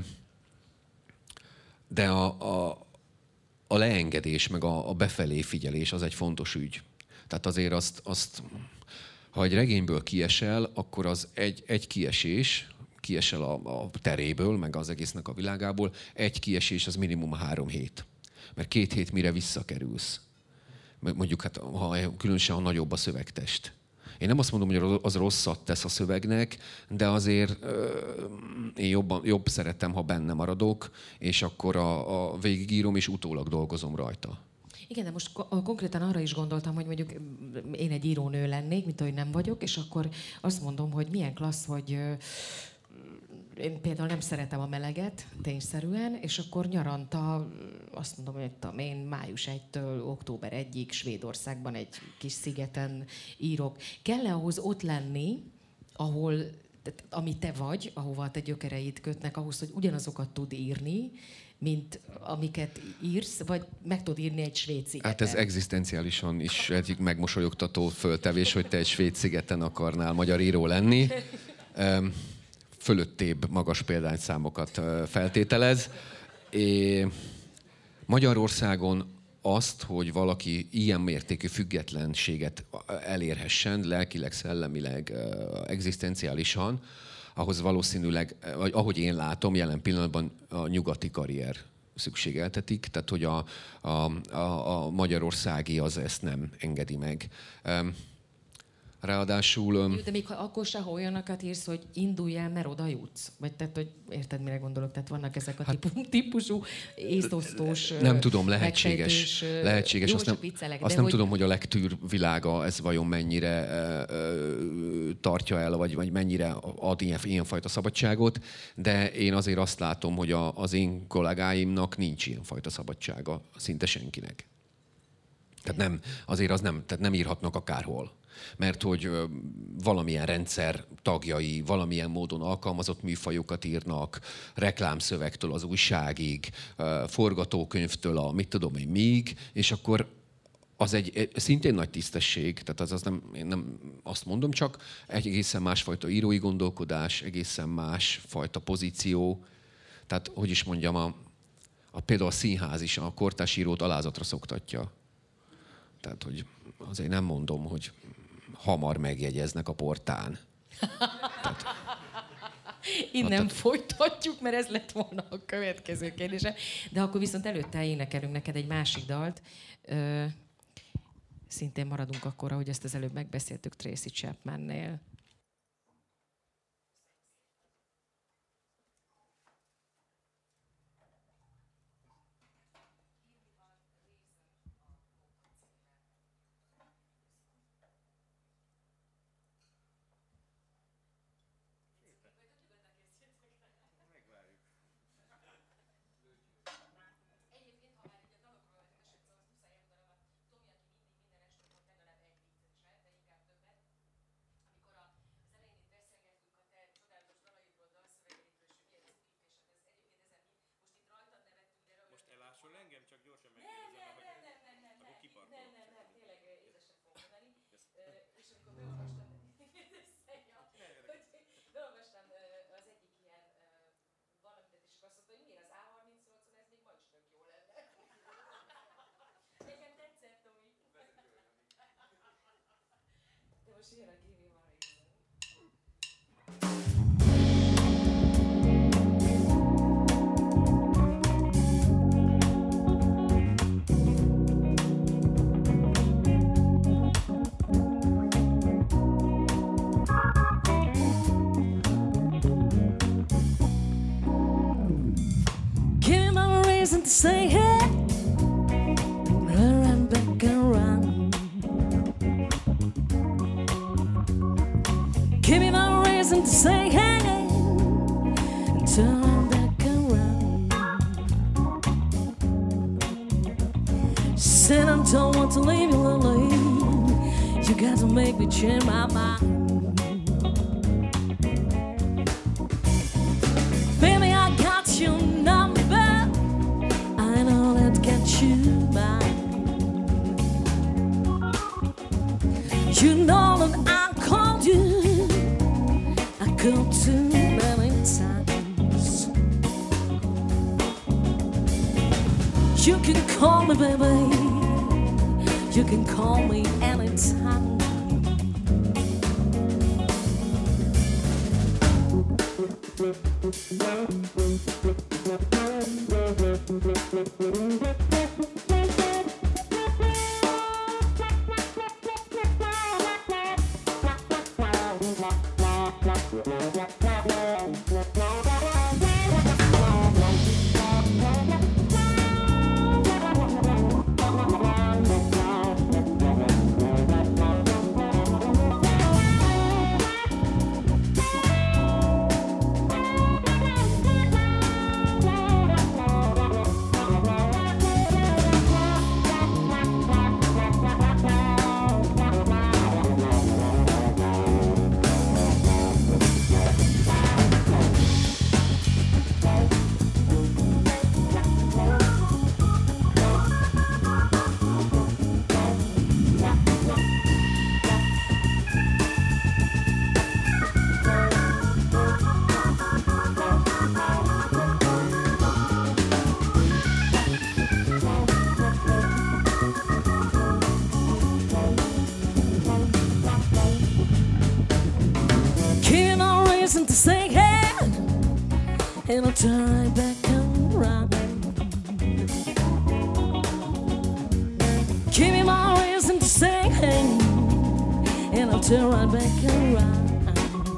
de a, a, a leengedés, meg a, a befelé figyelés az egy fontos ügy. Tehát azért azt, azt ha egy regényből kiesel, akkor az egy, egy kiesés, kiesel a, a teréből, meg az egésznek a világából, egy kiesés az minimum három hét. Mert két hét mire visszakerülsz. Mondjuk, hát, ha, különösen, ha nagyobb a szövegtest. Én nem azt mondom, hogy az rosszat tesz a szövegnek, de azért ö, én jobban, jobb szeretem, ha benne maradok, és akkor a, a végigírom, és utólag dolgozom rajta. Igen, de most ko- konkrétan arra is gondoltam, hogy mondjuk én egy írónő lennék, mint ahogy nem vagyok, és akkor azt mondom, hogy milyen klassz, hogy ö, én például nem szeretem a meleget, tényszerűen, és akkor nyaranta, azt mondom, hogy tudom én, május elsejétől október egyig Svédországban egy kis szigeten írok. Kell-e ahhoz ott lenni, ahol, tehát, ami te vagy, ahova te gyökereid kötnek, ahhoz, hogy ugyanazokat tud írni, mint amiket írsz, vagy meg tud írni egy svéd szigeten? Hát ez egzisztenciálisan is egyik megmosolyogtató föltevés, hogy te egy svéd szigeten akarnál magyar író lenni. Fölöttébb magas példányszámokat feltételez. É, Magyarországon azt, hogy valaki ilyen mértékű függetlenséget elérhessen, lelkileg, szellemileg, egzisztenciálisan, ahhoz valószínűleg, vagy ahogy én látom, jelen pillanatban a nyugati karrier szükségeltetik, tehát hogy a, a, a, a magyarországi az ezt nem engedi meg. Ráadásul... De még ha akkor se, ha olyanokat írsz, hogy indulj el, mert oda jutsz. Vagy tehát, hogy érted, mire gondolok? Tehát vannak ezek a hát, típusú észosztós... Nem tudom, lehetséges. lehetséges. Jó, azt nem, viccelek, azt nem hogy... tudom, hogy a lektűr világa ez vajon mennyire ö, tartja el, vagy, vagy mennyire ad ilyen, ilyenfajta szabadságot, de én azért azt látom, hogy a, az én kollégáimnak nincs ilyenfajta szabadsága, szinte senkinek. Tehát nem, azért az nem, tehát nem írhatnak akárhol. Mert hogy valamilyen rendszer tagjai, valamilyen módon alkalmazott műfajokat írnak, reklámszövegtől az újságig, forgatókönyvtől a mit tudom én míg, és akkor az egy szintén nagy tisztesség, tehát az, az nem, én nem azt mondom, csak egy egészen másfajta írói gondolkodás, egészen másfajta pozíció. Tehát, hogy is mondjam, a, a, például a színház is a kortárs írót alázatra szoktatja. Tehát, hogy azért nem mondom, hogy hamar megjegyeznek a portán. Tehát, Innen tehát... folytatjuk, mert ez lett volna a következő kérdése. De akkor viszont előtte énekelünk neked egy másik dalt. Ö, szintén maradunk akkor, ahogy ezt az előbb megbeszéltük Tracy Chapman-nél. Befolyásol engem, csak gyorsan megkérdezem, hogy akkor kiparkolok. Nem, nem, nem, tényleg édesebb fog mondani. És amikor beolvastam, beolvastam az egyik ilyen valamitet, és azt mondta, hogy miért az á harmincnyolcon ez még ma is tök jó lenne. Nekem tetszett, Tomi. De most jön a Give Me One Reason. To say hey, run back and run. Give me no reason to say hey, and turn back and run. Said I don't want to leave you alone. You got to make me change my mind. Baby, I got your number. You, you know that I called you, I called too many times. You can call me, baby, you can call me anytime. To say hey, and I'll turn right back around. Give me my reason to say hey, and I'll turn right back around.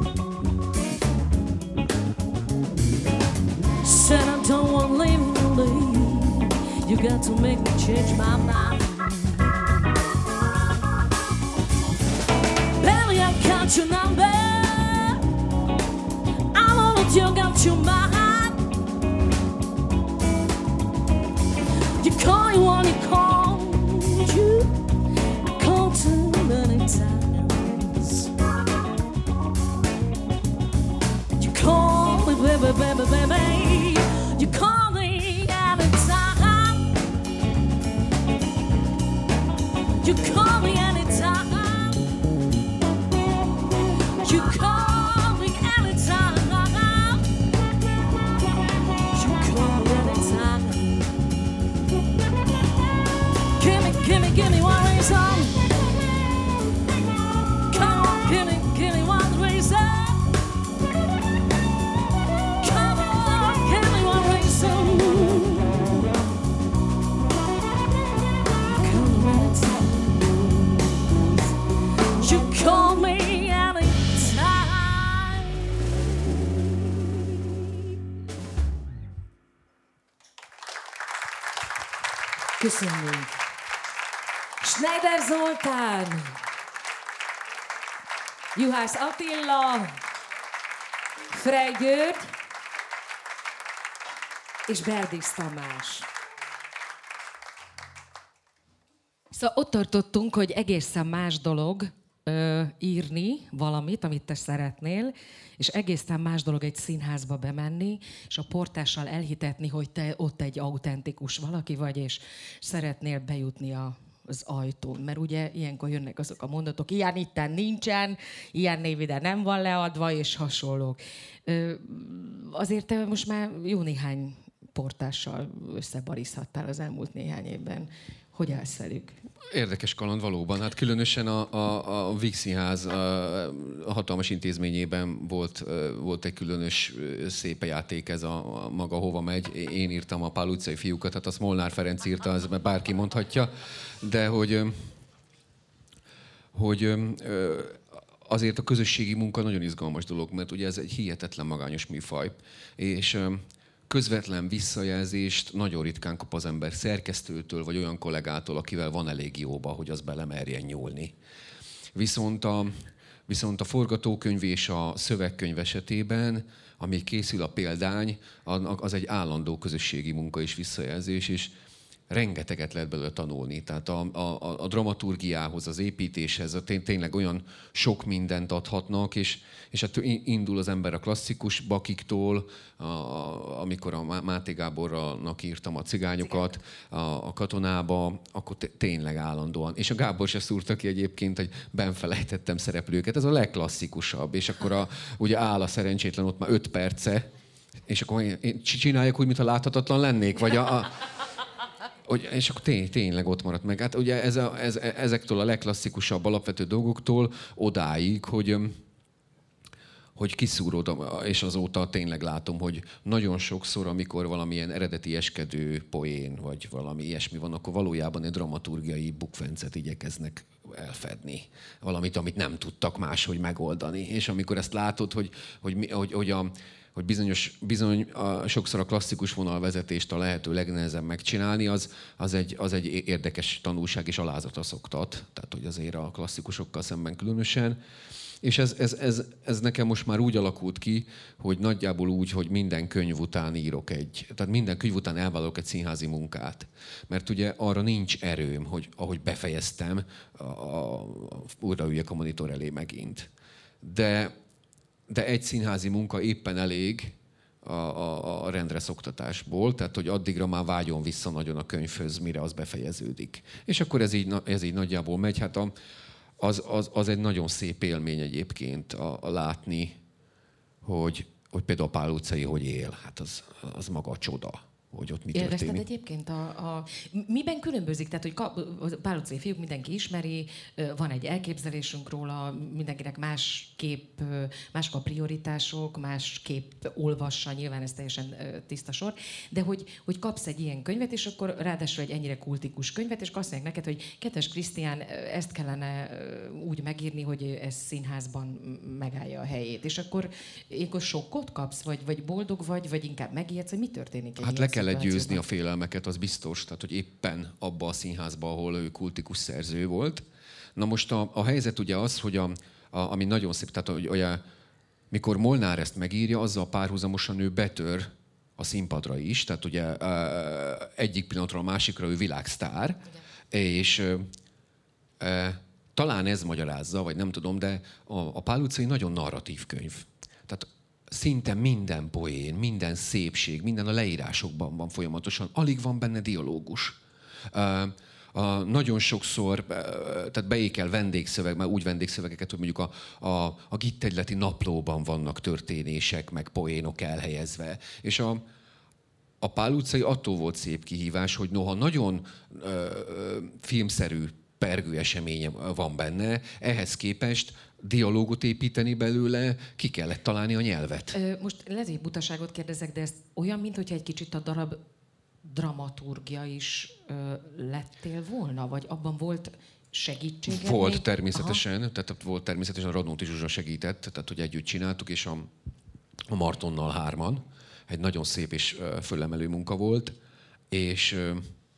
Said I don't want to leave you alone. You got to make me change my mind. Baby, I got your number. You got your mind. You call, you want, you call, you call too many times. You call me, baby, baby, baby. You call me anytime. You call me anytime. You call me anytime. Give me, give me one reason. Come on, give me, give me one reason. Come on, give me one reason. Come on, you call me anytime. Köszönjük. Schneider Zoltán, Juhász Attila, Frey György és Berdisz Tamás. Szóval ott tartottunk, hogy egészen más dolog ö, írni valamit, amit te szeretnél, és egészen más dolog egy színházba bemenni, és a portással elhitetni, hogy te ott egy autentikus valaki vagy, és szeretnél bejutni a az ajtón. Mert ugye ilyenkor jönnek azok a mondatok, ilyen itten nincsen, ilyen név ide nem van leadva, és hasonlók. Ö, azért te most már jó néhány portással összebarizhattál az elmúlt néhány évben. Hogy állsz velük? Érdekes kaland valóban. Hát különösen a, a, a Víg Színház a, a hatalmas intézményében volt, volt egy különös szép játék, ez a, a maga hova megy. Én írtam a Pál utcai fiúkat, hát azt Molnár Ferenc írta, ez bárki mondhatja, de hogy, hogy azért a közösségi munka nagyon izgalmas dolog, mert ugye ez egy hihetetlen magányos műfaj, és közvetlen visszajelzést nagyon ritkán kap az ember szerkesztőtől, vagy olyan kollégától, akivel van elég jóba, hogy az belemerjen nyúlni. Viszont a, viszont a forgatókönyv és a szövegkönyv esetében, ami készül a példány, az egy állandó közösségi munka és visszajelzés, és rengeteget lehet belőle tanulni. Tehát a, a, a dramaturgiához, az építéshez tény, tényleg olyan sok mindent adhatnak, és, és hát indul az ember a klasszikus bakiktól, a, a, amikor a Máté Gábornak írtam a Cigányokat, a, a Katonába, akkor tényleg állandóan. És a Gábor se szúrta ki egyébként, hogy benfelejtettem szereplőket. Ez a legklasszikusabb. És akkor a, ugye áll a szerencsétlen ott már öt perce, és akkor én csináljak úgy, mintha láthatatlan lennék, vagy a... a Hogy, és akkor tény, tényleg ott maradt meg. Hát ugye ez a, ez, ezektől a legklasszikusabb alapvető dolgoktól odáig, hogy, hogy kiszúródom, és azóta tényleg látom, hogy nagyon sokszor, amikor valamilyen eredeti eskedő poén, vagy valami ilyesmi van, akkor valójában egy dramaturgiai bukfencet igyekeznek elfedni. Valamit, amit nem tudtak máshogy megoldani. És amikor ezt látod, hogy, hogy, hogy, hogy a hogy bizonyos, bizony a, sokszor a klasszikus vonalvezetést a lehető legnehezebb megcsinálni, az, az, egy, az egy érdekes tanulság és alázatra szoktat. Tehát, hogy azért a klasszikusokkal szemben különösen. És ez, ez, ez, ez nekem most már úgy alakult ki, hogy nagyjából úgy, hogy minden könyv után írok egy, tehát minden könyv után elvállalok egy színházi munkát. Mert ugye arra nincs erőm, hogy ahogy befejeztem, a, a, újra üljek a monitor elé megint. De De egy színházi munka éppen elég a, a, a rendre szoktatásból, tehát hogy addigra már vágyon vissza nagyon a könyvhöz, mire az befejeződik. És akkor ez így, ez így nagyjából megy. Hát a, az, az, az egy nagyon szép élmény egyébként a, a látni, hogy, hogy például a Pál utcai hogy él. Hát az, az maga a csoda, hogy ott mi történik. Élvezted egyébként a, a... Miben különbözik? Tehát, hogy a Pál utcai fiúk mindenki ismeri, van egy elképzelésünk róla, mindenkinek másképp, mások a prioritások, másképp olvassa, nyilván ez teljesen tiszta sor, de hogy, hogy kapsz egy ilyen könyvet, és akkor ráadásul egy ennyire kultikus könyvet, és azt mondják neked, hogy kedves Krisztián, ezt kellene úgy megírni, hogy ez színházban megállja a helyét. És akkor ilyenkor sokkot kapsz, vagy, vagy boldog vagy, vagy inkább megijedsz, hogy mi történik egy hát le kellett győzni a félelmeket, az biztos. Tehát, hogy éppen abba a színházba, ahol ő kultikus szerző volt. Na most a, a helyzet ugye az, hogy a, a, ami nagyon szép, tehát hogy ugye, mikor Molnár ezt megírja, azzal párhuzamosan ő betör a színpadra is, tehát ugye egyik pillanatra a másikra ő világsztár, igen. És e, e, talán ez magyarázza, vagy nem tudom, de a, a Pál utcai nagyon narratív könyv. Tehát szinte minden poén, minden szépség, minden a leírásokban van folyamatosan. Alig van benne dialógus. Uh, uh, nagyon sokszor, uh, tehát beékel vendégszöveg, már úgy vendégszövegeket, hogy mondjuk a, a, a Gittegyleti Naplóban vannak történések, meg poénok elhelyezve. És a, a Pál utcai attól volt szép kihívás, hogy noha nagyon uh, filmszerű pergő esemény van benne, ehhez képest dialógot építeni belőle, ki kellett találni a nyelvet. Most lehet, hogy butaságot kérdezek, de ez olyan, mint hogyha egy kicsit a darab dramaturgia is ö, lettél volna? Vagy abban volt segítséged? Volt még? természetesen, Aha. tehát volt természetesen, a Radnóti Zsuzsa segített, tehát hogy együtt csináltuk, és a, a Martonnal hárman. Egy nagyon szép és fölemelő munka volt, és ö,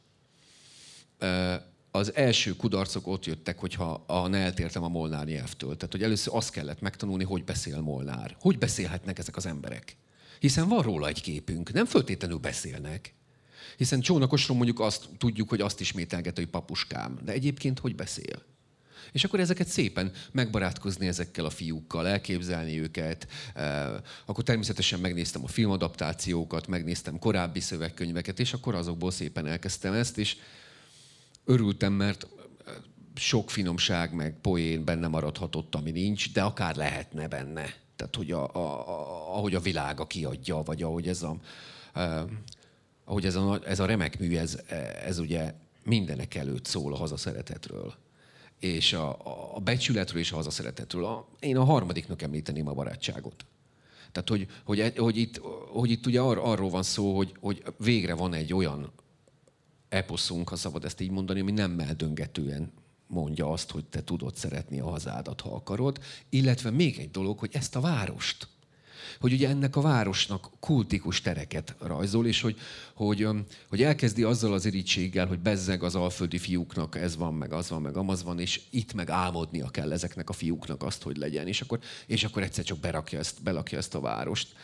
ö, az első kudarcok ott jöttek, hogyha a, ne eltértem a Molnár nyelvtől. Tehát, hogy először azt kellett megtanulni, hogy beszél Molnár. Hogy beszélhetnek ezek az emberek? Hiszen van róla egy képünk, nem föltétlenül beszélnek. Hiszen Csónakosról mondjuk azt tudjuk, hogy azt ismételget, hogy papuskám. De egyébként hogy beszél? És akkor ezeket szépen megbarátkozni ezekkel a fiúkkal, elképzelni őket. Akkor természetesen megnéztem a filmadaptációkat, megnéztem korábbi szövegkönyveket, és akkor azokból szépen elkezdtem ezt, és örültem, mert sok finomság meg poén benne maradhatott, ami nincs, de akár lehetne benne. Tehát, hogy a, a, a, ahogy a világa kiadja, vagy ahogy ez a, a ahogy ez a, ez a remek mű, ez, ez ugye mindenek előtt szól a hazaszeretetről. És a, a becsületről és a hazaszeretetről. A, én a harmadiknak említeném a barátságot. Tehát, hogy, hogy, hogy, itt, hogy itt ugye ar, arról van szó, hogy, hogy végre van egy olyan eposzunk, ha szabad ezt így mondani, ami nem meldöngetően mondja azt, hogy te tudod szeretni a hazádat, ha akarod. Illetve még egy dolog, hogy ezt a várost, hogy ugye ennek a városnak kultikus tereket rajzol, és hogy, hogy, hogy elkezdi azzal az irítséggel, hogy bezzeg az alföldi fiúknak ez van, meg az van, meg amaz van, és itt meg álmodnia kell ezeknek a fiúknak azt, hogy legyen. És akkor, és akkor egyszer csak berakja ezt, belakja ezt a várost.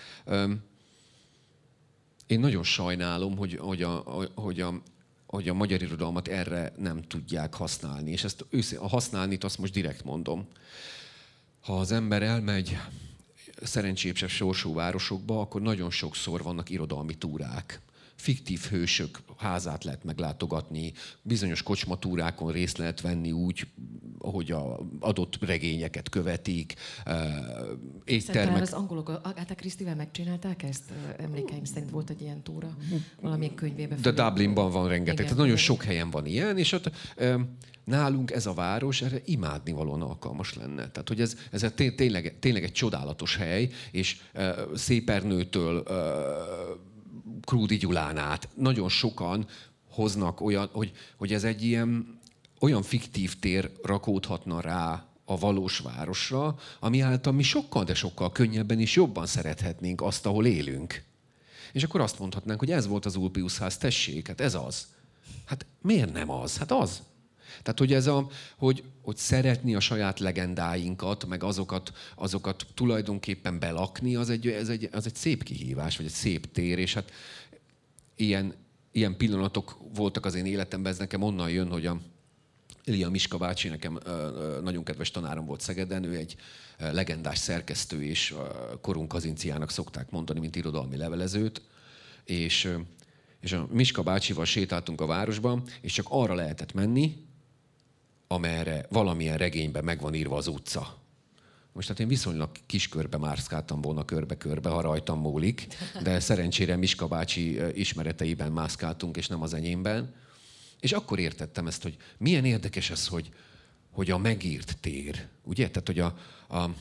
Én nagyon sajnálom, hogy, hogy, a, hogy, a, hogy a magyar irodalmat erre nem tudják használni. És ezt a használnit azt most direkt mondom. Ha az ember elmegy szerencsésebb sorsú városokba, akkor nagyon sokszor vannak irodalmi túrák. Fiktív hősök házát lehet meglátogatni, bizonyos kocsmatúrákon részt lehet venni úgy, hogy az adott regényeket követik, éttermek. Talán az angolok, Agatha Christie-vel megcsinálták ezt? Emlékeim szerint volt egy ilyen túra valamilyen könyvében. De Dublinban van rengeteg, igen, tehát nagyon igen. sok helyen van ilyen, és ott nálunk ez a város erre imádnivalóan alkalmas lenne. Tehát, hogy ez, ez tényleg, tényleg egy csodálatos hely, és Szépernőtől Krúdi Gyulán át nagyon sokan hoznak olyan, hogy, hogy ez egy ilyen olyan fiktív tér rakódhatna rá a valós városra, ami által mi sokkal, de sokkal könnyebben és jobban szerethetnénk azt, ahol élünk. És akkor azt mondhatnánk, hogy ez volt az Ulpius ház, tessék, hát ez az. Hát miért nem az? Hát az. Tehát, hogy, ez a, hogy, hogy szeretni a saját legendáinkat, meg azokat, azokat tulajdonképpen belakni, az egy, ez egy, az egy szép kihívás, vagy egy szép tér, és hát ilyen, ilyen pillanatok voltak az én életemben, ez nekem onnan jön, hogy a Ilia Miska bácsi, nekem nagyon kedves tanárom volt Szegeden, ő egy legendás szerkesztő, és korunk Kazinciának szokták mondani, mint irodalmi levelezőt, és, és a Miska bácsival sétáltunk a városban, és csak arra lehetett menni, amerre valamilyen regényben meg van írva az utca. Most hát én viszonylag kiskörbe mászkáltam volna körbe-körbe, ha rajtam múlik, de szerencsére Miska bácsi ismereteiben mászkáltunk, és nem az enyémben. És akkor értettem ezt, hogy milyen érdekes ez, hogy, hogy a megírt tér, ugye? Tehát, hogy a, a,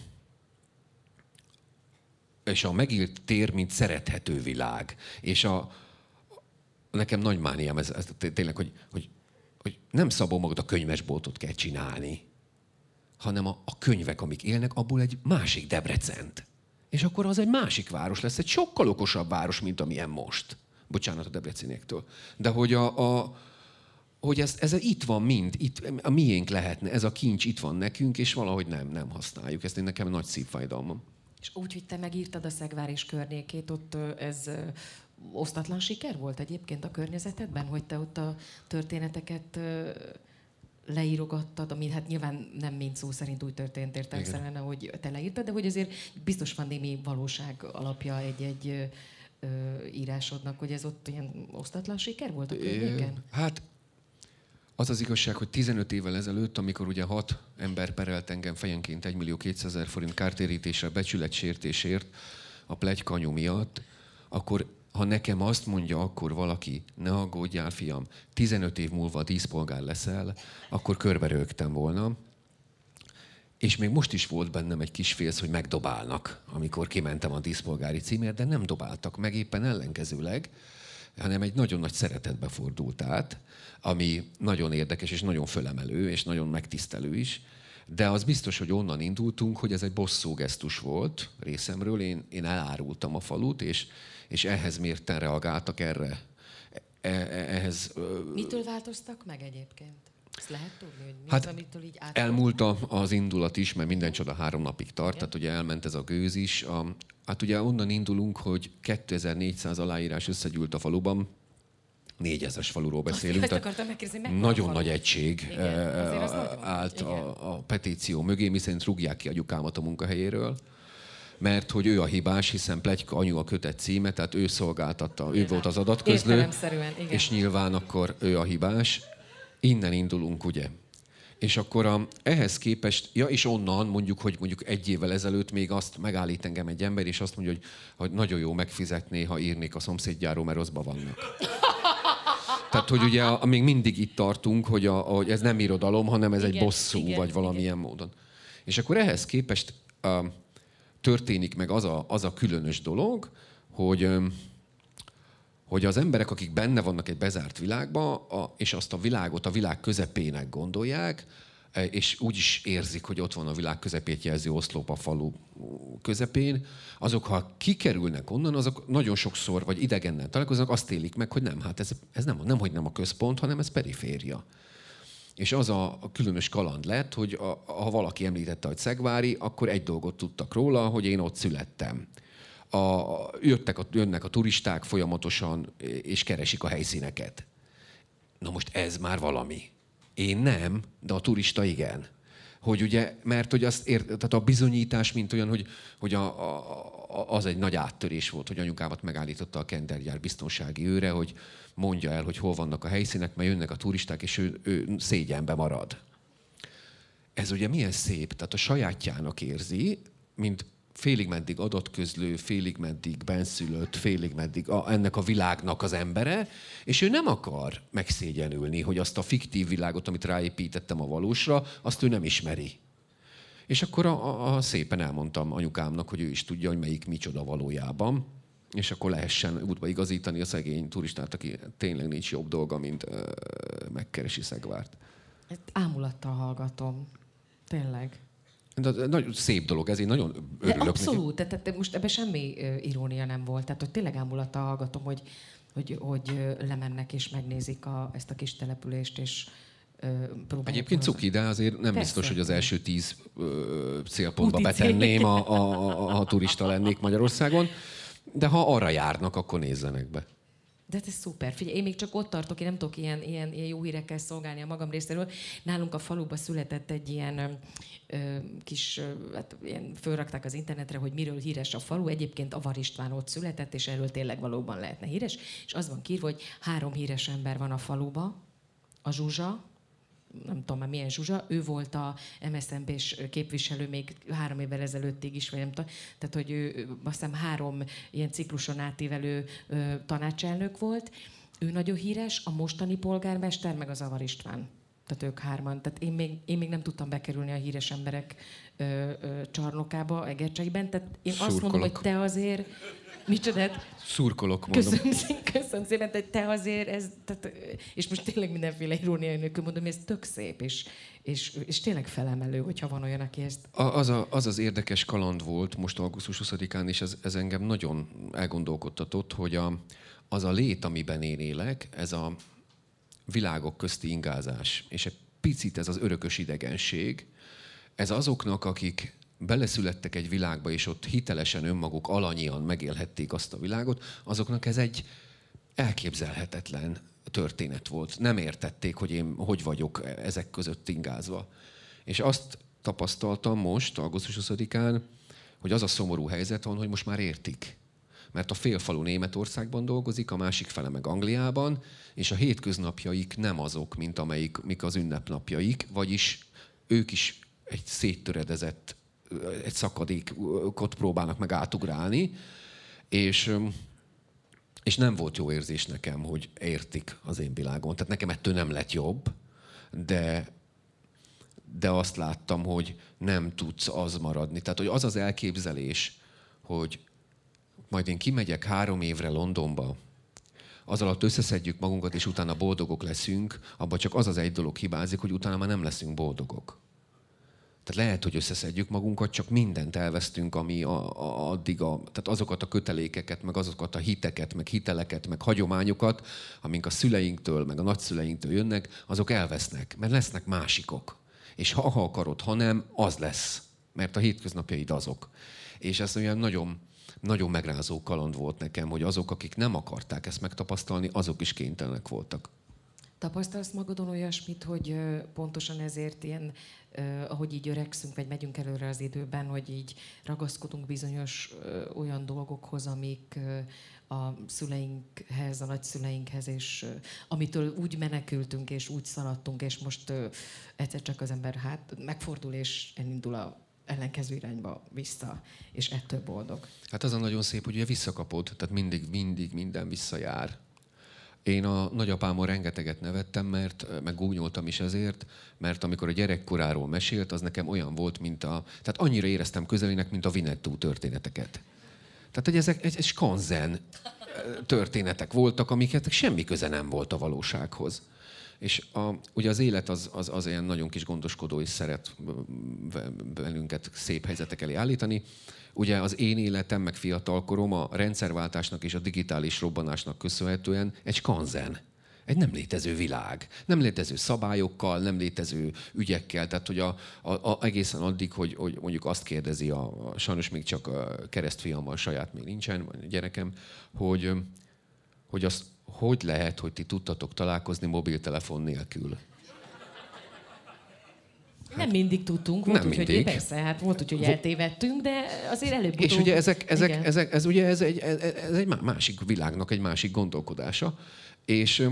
és a megírt tér, mint szerethető világ. És a, nekem nagy mániám ez, ez tényleg, hogy, hogy hogy nem Szabó Magda könyvesboltot kell csinálni, hanem a, a könyvek, amik élnek, abból egy másik Debrecent. És akkor az egy másik város lesz, egy sokkal okosabb város, mint amilyen most. Bocsánat a debreceniéktől. De hogy, a, a, hogy ez, ez itt van mind, itt, a miénk lehetne, ez a kincs itt van nekünk, és valahogy nem, nem használjuk. Ez nekem nagy szívfájdalmam. És úgy, hogy te megírtad a Szegvár és környékét, ott ez osztatlan siker volt egyébként a környezetedben, hogy te ott a történeteket leírogattad, ami hát nyilván nem mind szó szerint úgy történt értelemszerűen, hogy te leírtad, de hogy azért biztos van némi valóság alapja egy-egy ö, írásodnak, hogy ez ott ilyen osztatlan siker volt a környéken? Hát az az igazság, hogy tizenöt évvel ezelőtt, amikor ugye hat ember perelt engem fejenként egymillió kétszázezer forint kártérítésre, becsületsértésért a pletyka anyu miatt, akkor ha nekem azt mondja akkor valaki, ne aggódjál, fiam, tizenöt év múlva díszpolgár leszel, akkor körbe rögtem volna. És még most is volt bennem egy kis félsz, hogy megdobálnak, amikor kimentem a díszpolgári címért, de nem dobáltak meg, éppen ellenkezőleg, hanem egy nagyon nagy szeretetbe fordult át, ami nagyon érdekes és nagyon fölemelő, és nagyon megtisztelő is. De az biztos, hogy onnan indultunk, hogy ez egy bosszú gesztus volt részemről. Én, én elárultam a falut, és, és ehhez mérten reagáltak erre. Ehhez, Mitől változtak meg egyébként? Ezt lehet tudni, hogy mi hát az, amitől így át... elmúlt a, az indulat is, mert minden csoda három napig tart, Igen. tehát ugye elment ez a gőz is. A, hát ugye onnan indulunk, hogy kétezer-négyszáz aláírás összegyűlt a faluban, négyezres faluról beszélünk. Azt akartam megkérdezni, mekkora nagyon falu? nagy egység Igen, azért az nagyon állt nagy, igen. a, a petíció mögé, miszerint rúgják ki anyukámat a munkahelyéről, mert hogy ő a hibás, hiszen pletyka anyu a kötet címe, tehát ő szolgáltatta, ő volt az adatközlő, Értelemszerűen, igen. és nyilván akkor ő a hibás. Innen indulunk, ugye? És akkor a, ehhez képest, ja és onnan mondjuk, hogy mondjuk egy évvel ezelőtt még azt megállít engem egy ember, és azt mondja, hogy, hogy nagyon jó megfizetné, ha írnék a szomszédjáról, mert rosszban vannak. Tehát, hogy ugye a, még mindig itt tartunk, hogy, a, hogy ez nem irodalom, hanem ez Igen, egy bosszú, igen, vagy valamilyen igen. módon. És akkor ehhez képest uh, történik meg az a, az a különös dolog, hogy, um, hogy az emberek, akik benne vannak egy bezárt világba, a, és azt a világot a világ közepének gondolják, és úgy is érzik, hogy ott van a világ közepét jelző oszlop a falu közepén, azok, ha kikerülnek onnan, azok nagyon sokszor, vagy idegennel találkoznak, azt élik meg, hogy nem, hát ez, ez nem, nem, hogy nem a központ, hanem ez periféria. És az a, a különös kaland lett, hogy a, ha valaki említette, hogy Szegvári, akkor egy dolgot tudtak róla, hogy én ott születtem. A, jöttek a, jönnek a turisták folyamatosan, és keresik a helyszíneket. Na most ez már valami. Én nem, de a turista igen. Hogy ugye, mert hogy azt ért, tehát a bizonyítás, mint olyan, hogy, hogy a, a, az egy nagy áttörés volt, hogy anyukámat megállította a kendergyár biztonsági őre, hogy mondja el, hogy hol vannak a helyszínek, mert jönnek a turisták, és ő, ő szégyenbe marad. Ez ugye milyen szép, tehát a sajátjának érzi, mint félig meddig adatközlő, félig meddig benszülött, félig meddig a, ennek a világnak az embere, és ő nem akar megszégyenülni, hogy azt a fiktív világot, amit ráépítettem a valósra, azt ő nem ismeri. És akkor a, a, a szépen elmondtam anyukámnak, hogy ő is tudja, hogy melyik micsoda valójában, és akkor lehessen útba igazítani a szegény turistát, aki tényleg nincs jobb dolga, mint ö, megkeresi Szegvárt. Ámulattal hallgatom. Tényleg. De nagyon szép dolog, ez én nagyon örülök. De abszolút, neki. Tehát most ebben semmi uh, irónia nem volt. Tehát, hogy tényleg ámulattal hallgatom, hogy, hogy, hogy uh, lemennek és megnézik a, ezt a kis települést, és uh, próbálják... Egyébként cuki, de azért nem Persze. biztos, hogy az első tíz uh, célpontba Úti betenném, a, a, a, a turista lennék Magyarországon. De ha arra járnak, akkor nézzenek be. De hát ez szuper. Figyelj, én még csak ott tartok, én nem tudok ilyen, ilyen, ilyen jó hírekkel szolgálni a magam részéről. Nálunk a faluban született egy ilyen ö, kis, ö, hát ilyen fölrakták az internetre, hogy miről híres a falu. Egyébként Avar István ott született, és erről tényleg valóban lehetne híres. És az van kiírva, hogy három híres ember van a faluba. A Zsuzsa, nem tudom már milyen Zsuzsa, ő volt a em es zé en bé-s képviselő még három évvel ezelőttig is, vagy nem tudom. Tehát, hogy ő, ő azt hiszem három ilyen cikluson átívelő ö, tanácselnök volt. Ő nagyon híres, a mostani polgármester, meg az Avar István. Tehát ők hárman. Tehát én még, én még nem tudtam bekerülni a híres emberek ö, ö, csarnokába, Egercseiben. Tehát én Szurkolok. azt mondom, hogy te azért... Micsodát? Szurkolok, mondom. Köszönöm, szépen, köszönöm szépen, te, te azért ez, tehát, és most tényleg mindenféle iróniai nélkül mondom, ez tök szép, és, és, és tényleg felemelő, hogyha van olyan, aki ezt... A, az, a, az az érdekes kaland volt most augusztus huszadikán, és ez, ez engem nagyon elgondolkodtatott, hogy a, az a lét, amiben én élek, ez a világok közti ingázás, és egy picit ez az örökös idegenség, ez azoknak, akik beleszülettek egy világba, és ott hitelesen önmaguk alanyian megélhették azt a világot, azoknak ez egy elképzelhetetlen történet volt. Nem értették, hogy én hogy vagyok ezek között ingázva. És azt tapasztaltam most, augusztus huszadikán, hogy az a szomorú helyzet van, hogy most már értik. Mert a félfalu Németországban dolgozik, a másik fele meg Angliában, és a hétköznapjaik nem azok, mint amelyik mik az ünnepnapjaik, vagyis ők is egy széttöredezett, egy szakadékot próbálnak meg átugrálni, és, és nem volt jó érzés nekem, hogy értik az én világon. Tehát nekem ettől nem lett jobb, de, de azt láttam, hogy nem tudsz az maradni. Tehát, hogy az az elképzelés, hogy majd én kimegyek három évre Londonba, az alatt összeszedjük magunkat, és utána boldogok leszünk, abban csak az az egy dolog hibázik, hogy utána már nem leszünk boldogok. Tehát lehet, hogy összeszedjük magunkat, csak mindent elvesztünk, ami a, a, addig a, tehát azokat a kötelékeket, meg azokat a hiteket, meg hiteleket, meg hagyományokat, amink a szüleinktől, meg a nagyszüleinktől jönnek, azok elvesznek, mert lesznek másikok. És ha, ha akarod, ha nem, az lesz, mert a hétköznapjaid azok. És ez olyan nagyon nagyon megrázó kaland volt nekem, hogy azok, akik nem akarták ezt megtapasztalni, azok is kénytelenek voltak. Tapasztalsz magadon olyasmit, hogy ö, pontosan ezért ilyen, ö, ahogy így öregszünk, vagy megyünk előre az időben, hogy így ragaszkodunk bizonyos ö, olyan dolgokhoz, amik ö, a szüleinkhez, a nagyszüleinkhez, és ö, amitől úgy menekültünk, és úgy szaladtunk, és most ö, egyszer csak az ember hát megfordul, és elindul a ellenkező irányba vissza, és ettől boldog. Hát az a nagyon szép, hogy ugye visszakapod, tehát mindig, mindig minden visszajár. Én a nagyapámon rengeteget nevettem, mert meg gúnyoltam is ezért, mert amikor a gyerekkoráról mesélt, az nekem olyan volt, mint a... Tehát annyira éreztem közelének, mint a Winnetou történeteket. Tehát, hogy ezek egy skanzen történetek voltak, amiket semmi köze nem volt a valósághoz. És a, ugye az élet az, az, az ilyen nagyon kis gondoskodó, és szeret velünket szép helyzetek elé állítani. Ugye az én életem, meg fiatalkorom a rendszerváltásnak és a digitális robbanásnak köszönhetően egy skanzen. Egy nem létező világ. Nem létező szabályokkal, nem létező ügyekkel. Tehát, hogy a, a, a, egészen addig, hogy, hogy mondjuk azt kérdezi, a, a, sajnos még csak a keresztfiammal, saját még nincsen, vagy a gyerekem, hogy, hogy az hogy lehet, hogy ti tudtatok találkozni mobiltelefon nélkül? Hát, nem mindig tudtunk, volt úgy, hogy persze, hát volt úgy, hogy eltévedtünk, de azért előbb-utóbb... És ugye ezek, ezek, ezek, ez, ugye ez, egy, ez egy másik világnak egy másik gondolkodása, és,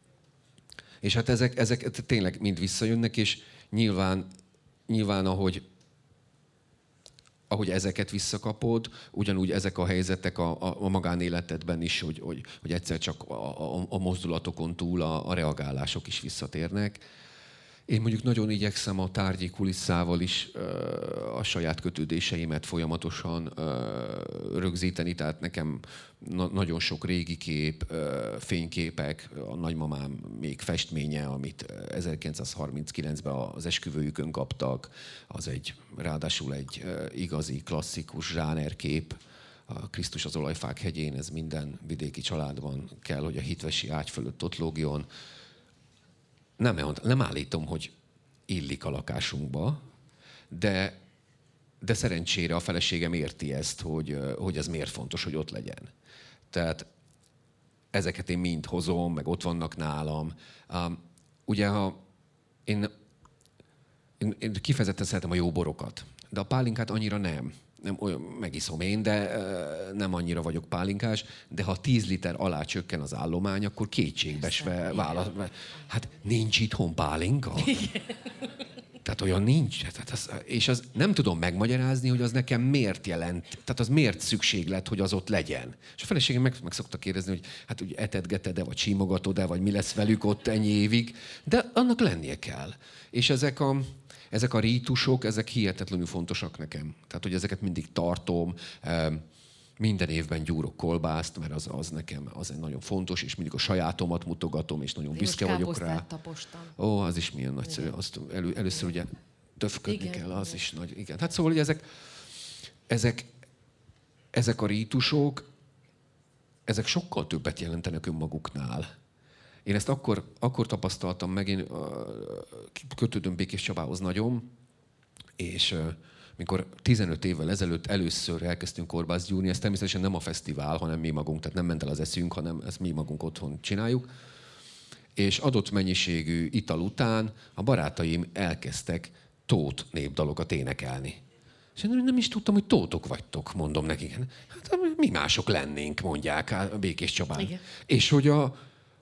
és hát ezek, ezek tényleg mind visszajönnek, és nyilván, nyilván ahogy, ahogy ezeket visszakapod, ugyanúgy ezek a helyzetek a, a, a magánéletedben is, hogy, hogy, hogy egyszer csak a, a, a mozdulatokon túl a, a reagálások is visszatérnek. Én mondjuk nagyon igyekszem a tárgyi kulisszával is ö, a saját kötődéseimet folyamatosan ö, rögzíteni, tehát nekem na- nagyon sok régi kép, ö, fényképek, a nagymamám még festménye, amit ezerkilencszázharminckilencben az esküvőjükön kaptak, az egy, ráadásul egy ö, igazi, klasszikus zsánerkép, a Krisztus az olajfák hegyén, ez minden vidéki családban kell, hogy a hitvesi ágy fölött ott lógjon. Nem, nem állítom, hogy illik a lakásunkba, de, de szerencsére a feleségem érti ezt, hogy, hogy ez miért fontos, hogy ott legyen. Tehát ezeket én mind hozom, meg ott vannak nálam. Um, ugye, ha én, én, én kifejezetten szeretem a jó borokat, de a pálinkát annyira nem. nem olyan, megiszom én, de uh, nem annyira vagyok pálinkás, de ha tíz liter alá csökken az állomány, akkor kétségbesve válasz. Hát nincs itthon pálinka? Igen. Tehát olyan nincs. Tehát az, és az nem tudom megmagyarázni, hogy az nekem miért jelent, tehát az miért szükséglet, hogy az ott legyen. És a feleségem meg, meg szokta kérdezni, hogy hát úgy etetgeted-e, vagy simogatod-e, vagy mi lesz velük ott ennyi évig, de annak lennie kell. És ezek a Ezek a rítusok, ezek hihetetlenül fontosak nekem. Tehát, hogy ezeket mindig tartom, minden évben gyúrok kolbászt, mert az, az nekem az egy nagyon fontos, és mindig a sajátomat mutogatom, és nagyon büszke vagyok rá. Tapostam. Ó, az is milyen nagyszerű. Azt elő, először ugye töfködni kell, az igen. is nagy. Igen. Hát szóval, hogy ezek, ezek, ezek a rítusok, ezek sokkal többet jelentenek önmaguknál. Én ezt akkor, akkor tapasztaltam meg, én uh, kötődöm Békés Csabához nagyon, és uh, mikor tizenöt évvel ezelőtt először elkezdtünk korbászt gyúrni, ez természetesen nem a fesztivál, hanem mi magunk, tehát nem ment el az eszünk, hanem ezt mi magunk otthon csináljuk. És adott mennyiségű ital után a barátaim elkezdtek tót népdalokat énekelni. És én nem is tudtam, hogy tótok vagytok, mondom nekik. Hát mi mások lennénk, mondják a Békés Csabán. Igen. És hogy a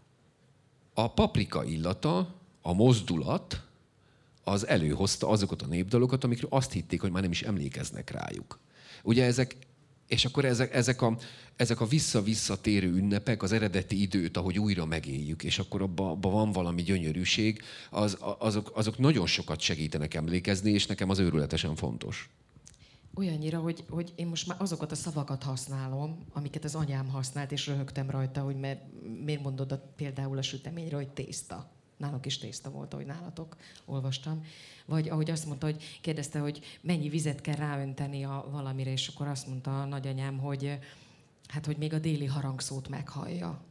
A paprika illata, a mozdulat, az előhozta azokat a népdalokat, amikről azt hitték, hogy már nem is emlékeznek rájuk. Ugye ezek, és akkor ezek, ezek, a, ezek a vissza-visszatérő ünnepek, az eredeti időt, ahogy újra megéljük, és akkor abban abba van valami gyönyörűség, az, azok, azok nagyon sokat segítenek emlékezni, és nekem az őrületesen fontos. Olyannyira, hogy, hogy én most már azokat a szavakat használom, amiket az anyám használt, és röhögtem rajta, hogy mert, miért mondod a, például a süteményre, hogy tészta. Náluk is tészta volt, ahogy nálatok olvastam. Vagy ahogy azt mondta, hogy kérdezte, hogy mennyi vizet kell ráönteni a valamire, és akkor azt mondta a nagyanyám, hogy hát, hogy még a déli harangszót meghallja.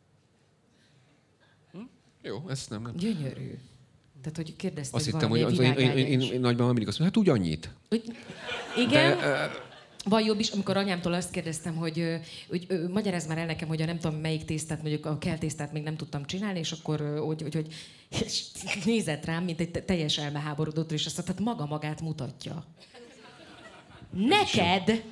Hm? Jó, ezt nem. nem. Gyönyörű. Tehát, hogy kérdezte, azt hittem, hogy az, én, én, én, én nagyban mindig azt mondom, hát úgy annyit. Igen? De, Van jobb is, amikor anyámtól azt kérdeztem, hogy, ö, hogy ö, magyarázd már el nekem, hogy a nem tudom melyik tésztát, mondjuk a kell tésztát még nem tudtam csinálni, és akkor ö, hogy, hogy, hogy és nézett rám, mint egy te- teljes elmeháborodott, és azt mondta, hát maga magát mutatja. Neked,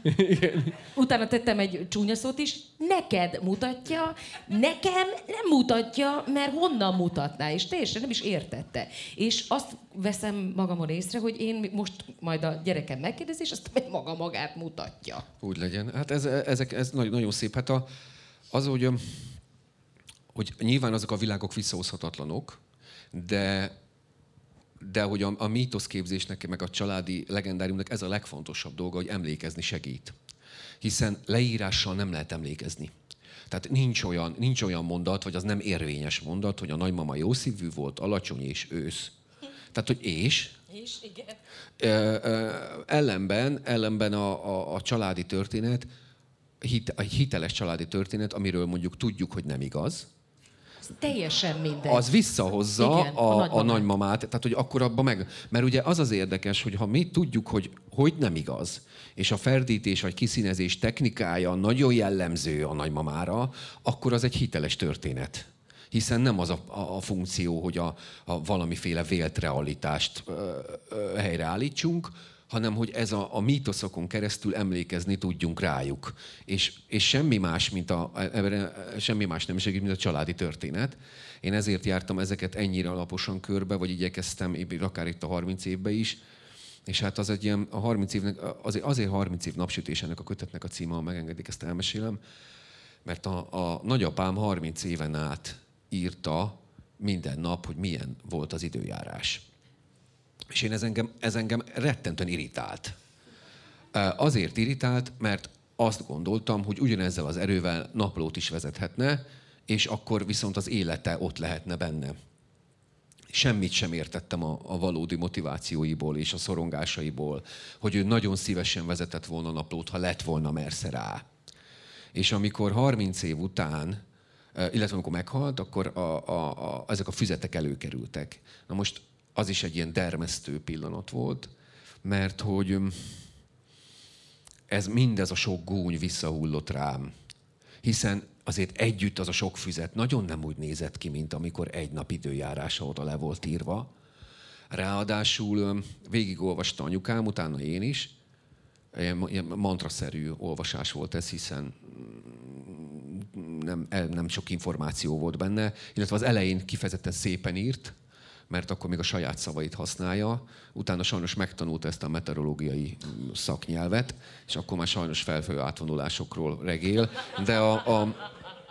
utána tettem egy csúnya szót is, neked mutatja, nekem nem mutatja, mert honnan mutatná, és teljesen nem is értette. És azt veszem magamon észre, hogy én most majd a gyerekem megkérdezi, és azt meg maga magát mutatja. Úgy legyen. Hát ez, ezek, ez nagyon, nagyon szép. Hát a, az, hogy, hogy nyilván azok a világok visszahozhatatlanok, de De hogy a, a mítoszképzésnek, meg a családi legendáriumnak ez a legfontosabb dolga, hogy emlékezni segít. Hiszen leírással nem lehet emlékezni. Tehát nincs olyan, nincs olyan mondat, vagy az nem érvényes mondat, hogy a nagymama jó szívű volt, alacsony és ősz. Tehát, hogy és... És igen. Ö, ö, ellenben, ellenben a, a, a családi történet, hit, a hiteles családi történet, amiről mondjuk tudjuk, hogy nem igaz, Teljesen mindegy. az visszahozza Igen, a a, a, nagymamát. a nagymamát. Tehát, hogy akkor abban meg... Mert ugye az az érdekes, hogy ha mi tudjuk, hogy, hogy nem igaz, és a ferdítés vagy kiszínezés technikája nagyon jellemző a nagymamára, akkor az egy hiteles történet. Hiszen nem az a, a, a funkció, hogy a, a valamiféle vélt realitást ö, ö, helyreállítsunk, hanem hogy ez a, a mítoszokon keresztül emlékezni tudjunk rájuk. És, és semmi más, mint a, semmi más nem segít, mint a családi történet. Én ezért jártam ezeket ennyire alaposan körbe, vagy igyekeztem, akár itt a harminc évben is. És hát az egy ilyen, a harminc évnek, azért, azért harminc év napsütés ennek a kötetnek a címe, ha megengedik, ezt elmesélem. Mert a, a nagyapám harminc éven át írta minden nap, hogy milyen volt az időjárás. És én ez engem, ez engem rettentően irritált. Azért irritált, mert azt gondoltam, hogy ugyanezzel az erővel naplót is vezethetne, és akkor viszont az élete ott lehetne benne. Semmit sem értettem a, a valódi motivációiból és a szorongásaiból, hogy ő nagyon szívesen vezetett volna naplót, ha lett volna mersze rá. És amikor harminc év után, illetve amikor meghalt, akkor a, a, a, ezek a füzetek előkerültek. Na most az is egy ilyen dermesztő pillanat volt, mert hogy ez mindez a sok gúny visszahullott rám. Hiszen azért együtt az a sok füzet nagyon nem úgy nézett ki, mint amikor egy nap időjárása oda le volt írva. Ráadásul végigolvasta anyukám, utána én is. Ilyen mantraszerű olvasás volt ez, hiszen nem, nem sok információ volt benne, illetve az elején kifejezetten szépen írt, mert akkor még a saját szavait használja. Utána sajnos megtanult ezt a meteorológiai szaknyelvet, és akkor már sajnos felfő átvonulásokról regél. De a, a,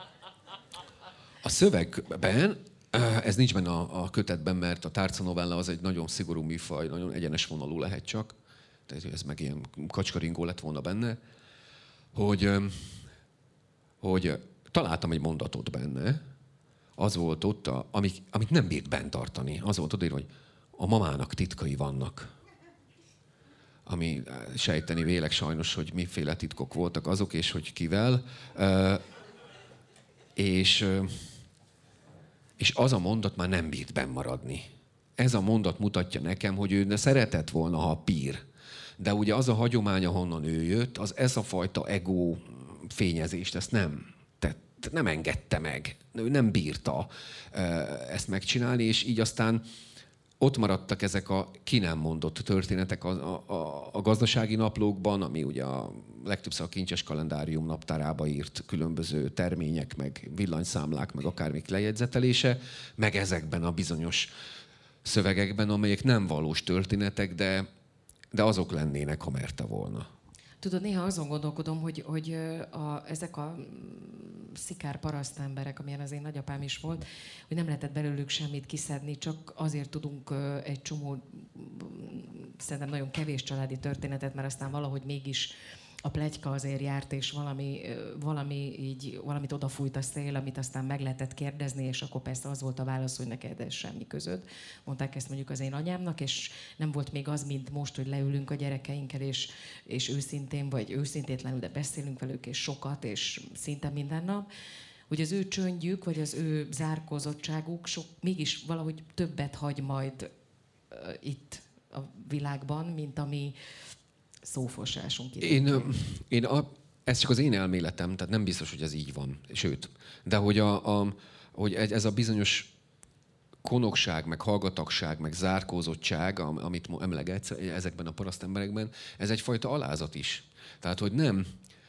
a szövegben, ez nincs benne a, a kötetben, mert a tárcanovella az egy nagyon szigorú műfaj, nagyon egyenes vonalú lehet csak, tehát ez meg ilyen kacskaringó lett volna benne, hogy, hogy találtam egy mondatot benne, az volt ott, a, amit, amit nem bírt bent tartani. Az volt odaírva, hogy a mamának titkai vannak. Ami sejteni vélek sajnos, hogy miféle titkok voltak azok, és hogy kivel. Uh, és, uh, és az a mondat már nem bírt benn maradni. Ez a mondat mutatja nekem, hogy ő szeretett volna, ha pír. De ugye az a hagyomány, ahonnan ő jött, az ez a fajta ego fényezést, ezt nem nem engedte meg, ő nem bírta ezt megcsinálni, és így aztán ott maradtak ezek a ki nem mondott történetek a, a, a gazdasági naplókban, ami ugye a legtöbbször a Kincses Kalendárium naptárába írt különböző termények, meg villanyszámlák, meg akármik lejegyzetelése, meg ezekben a bizonyos szövegekben, amelyek nem valós történetek, de, de azok lennének, ha merte volna. Tudod, néha azon gondolkodom, hogy, hogy a, ezek a szikár paraszt emberek, amilyen az én nagyapám is volt, hogy nem lehetett belőlük semmit kiszedni, csak azért tudunk egy csomó, szerintem nagyon kevés családi történetet, mert aztán valahogy mégis a pletyka azért járt, és valami, valami így, valamit odafújt a szél, amit aztán meg lehetett kérdezni, és akkor persze az volt a válasz, hogy neked ez semmi közöd. Mondták ezt mondjuk az én anyámnak, és nem volt még az, mint most, hogy leülünk a gyerekeinkkel, és, és őszintén, vagy őszintétlenül, de beszélünk velük, és sokat, és szinte minden nap, hogy az ő csöndjük, vagy az ő zárkózottságuk sok, mégis valahogy többet hagy majd uh, itt a világban, mint ami szófosásunk. Én, én a, ez csak az én elméletem, tehát nem biztos, hogy ez így van. Sőt, de hogy, a, a, hogy ez a bizonyos konokság, meg hallgatagság, meg zárkózottság, amit emlegetsz ezekben a paraszt emberekben, ez egyfajta alázat is. Tehát, hogy nem,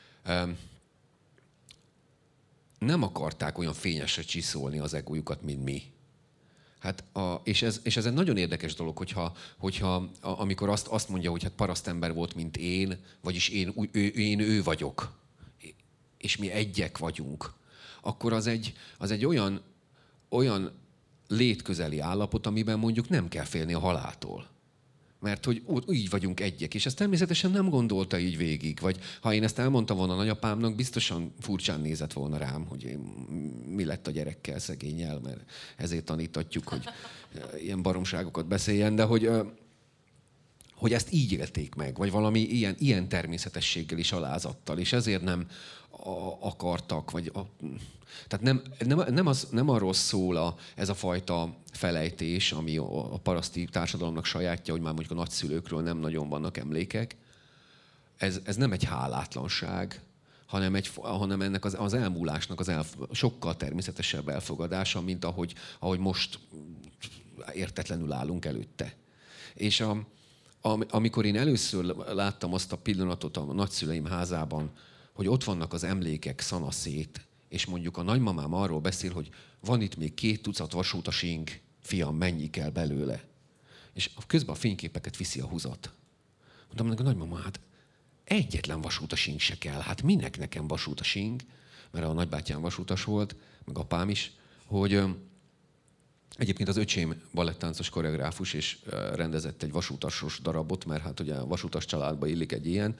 nem akarták olyan fényesre csiszolni az egójukat, mint mi. Hát a, és, ez, és ez egy nagyon érdekes dolog, hogyha, hogyha a, amikor azt, azt mondja, hogy hát parasztember volt, mint én, vagyis én ő, én ő vagyok, és mi egyek vagyunk, akkor az egy, az egy olyan, olyan létközeli állapot, amiben mondjuk nem kell félni a haláltól. Mert hogy így vagyunk egyek, és ezt természetesen nem gondolta így végig. Vagy ha én ezt elmondtam volna a nagyapámnak, biztosan furcsán nézett volna rám, hogy én, mi lett a gyerekkel, szegénnyel, mert ezért tanítatjuk, hogy ilyen baromságokat beszéljen, de hogy, hogy ezt így élték meg, vagy valami ilyen, ilyen természetességgel és alázattal, és ezért nem akartak, vagy a, tehát nem, nem, nem, az, nem arról szól a, ez a fajta felejtés, ami a, a paraszti társadalomnak sajátja, hogy már mondjuk a nagyszülőkről nem nagyon vannak emlékek. Ez, ez nem egy hálátlanság, hanem, egy, hanem ennek az, az elmúlásnak az elf, sokkal természetesebb elfogadása, mint ahogy, ahogy most értetlenül állunk előtte. És a, a, amikor én először láttam azt a pillanatot a nagyszüleim házában, hogy ott vannak az emlékek szanaszét, és mondjuk a nagymamám arról beszél, hogy van itt még két tucat vasútasink, fiam, mennyi kell belőle. És közben a fényképeket viszi a húzat. Mondtam neki, a nagymama, hát egyetlen vasútasink se kell. Hát minek nekem vasútasink? Mert a nagybátyám vasútas volt, meg apám is, hogy egyébként az öcsém balettáncos koreográfus, és rendezett egy vasútasos darabot, mert hát ugye a vasútas családba illik egy ilyen,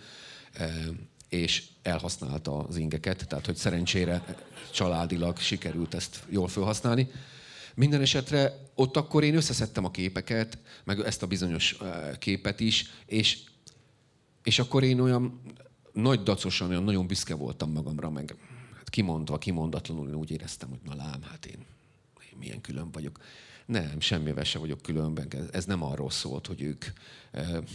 és elhasználta az ingeket, tehát hogy szerencsére családilag sikerült ezt jól felhasználni. Minden esetre ott akkor én összeszedtem a képeket, meg ezt a bizonyos képet is, és, és akkor én olyan nagy dacosan, olyan nagyon büszke voltam magamra, meg hát kimondva, kimondatlanul én úgy éreztem, hogy na lám, hát én, én milyen külön vagyok. Nem, semmivel sem vagyok különben. Ez, ez nem arról szólt, hogy ők... Eh, eh,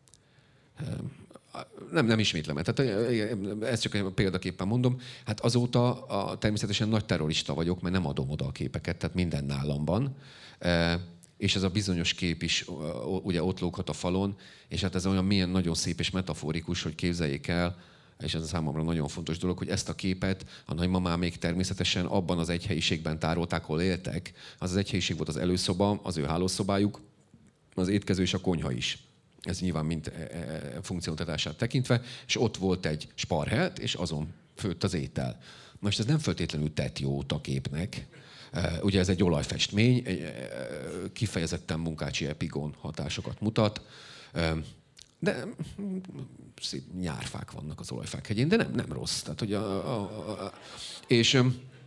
Nem, nem ismétlem. Tehát ezt csak egy példaképpen mondom. Hát azóta a, természetesen nagy terrorista vagyok, mert nem adom oda a képeket, tehát minden nálam van. E, és ez a bizonyos kép is ugye ott lóghat a falon, és hát ez olyan milyen nagyon szép és metaforikus, hogy képzeljék el, és ez a számomra nagyon fontos dolog, hogy ezt a képet a nagymamámék természetesen abban az egy helyiségben tárolták, ahol éltek. Az az egy helyiség volt az előszoba, az ő hálószobájuk, az étkező és a konyha is. Ez nyilván mind funkcionalitását tekintve, és ott volt egy sparhelt, és azon főtt az étel. Most ez nem feltétlenül tett jót a képnek. Ugye ez egy olajfestmény, kifejezetten munkácsi epigon hatásokat mutat, de szép nyárfák vannak az olajfák hegyén, de nem, nem rossz. Tehát, hogy a, a, a, és,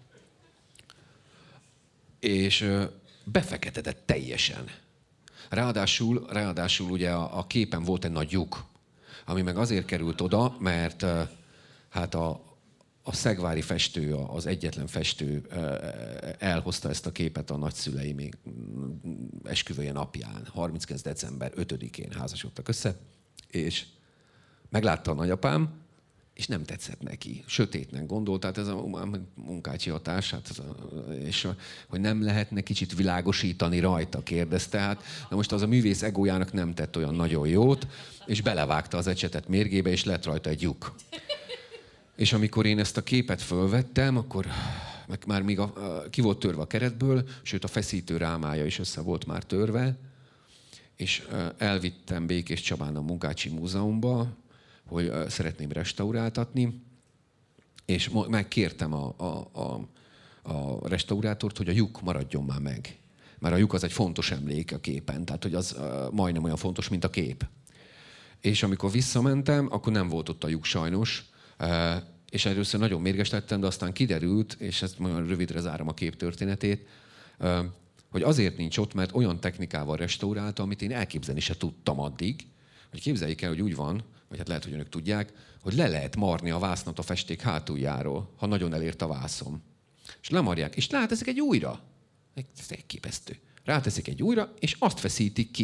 és befeketedett teljesen. Ráadásul, ráadásul ugye a, a képen volt egy nagy lyuk, ami meg azért került oda, mert hát a, a szegvári festő, az egyetlen festő elhozta ezt a képet a nagyszülei még esküvője napján, harminckilencedike december ötödikén házasodtak össze, és meglátta a nagyapám, és nem tetszett neki. Sötétnek gondolt, tehát ez a munkácsi hatás, hát ez a, és a, hogy nem lehetne kicsit világosítani rajta, kérdezte. Hát, na most az a művész egójának nem tett olyan nagyon jót, és belevágta az ecsetet mérgébe, és lett rajta egy lyuk. És amikor én ezt a képet fölvettem, akkor meg már még a, a, ki volt törve a keretből, sőt a feszítő rámája is össze volt már törve, és elvittem Békés Csabán a Munkácsi Múzeumba, hogy szeretném restauráltatni, és megkértem a, a, a, a restaurátort, hogy a lyuk maradjon már meg. Mert a lyuk az egy fontos emlék a képen, tehát hogy az majdnem olyan fontos, mint a kép. És amikor visszamentem, akkor nem volt ott a lyuk sajnos, és először nagyon mérges lettem, de aztán kiderült, és ezt nagyon rövidre zárom a kép történetét, hogy azért nincs ott, mert olyan technikával restaurálta, amit én elképzelni se tudtam addig, hogy képzeljék el, hogy úgy van, vagy hát lehet, hogy önök tudják, hogy le lehet marni a vásznat a festék hátuljáról, ha nagyon elért a vászom. És lemarják, és ráteszik egy újra. Ez elképesztő. Ráteszik egy újra, és azt feszítik ki.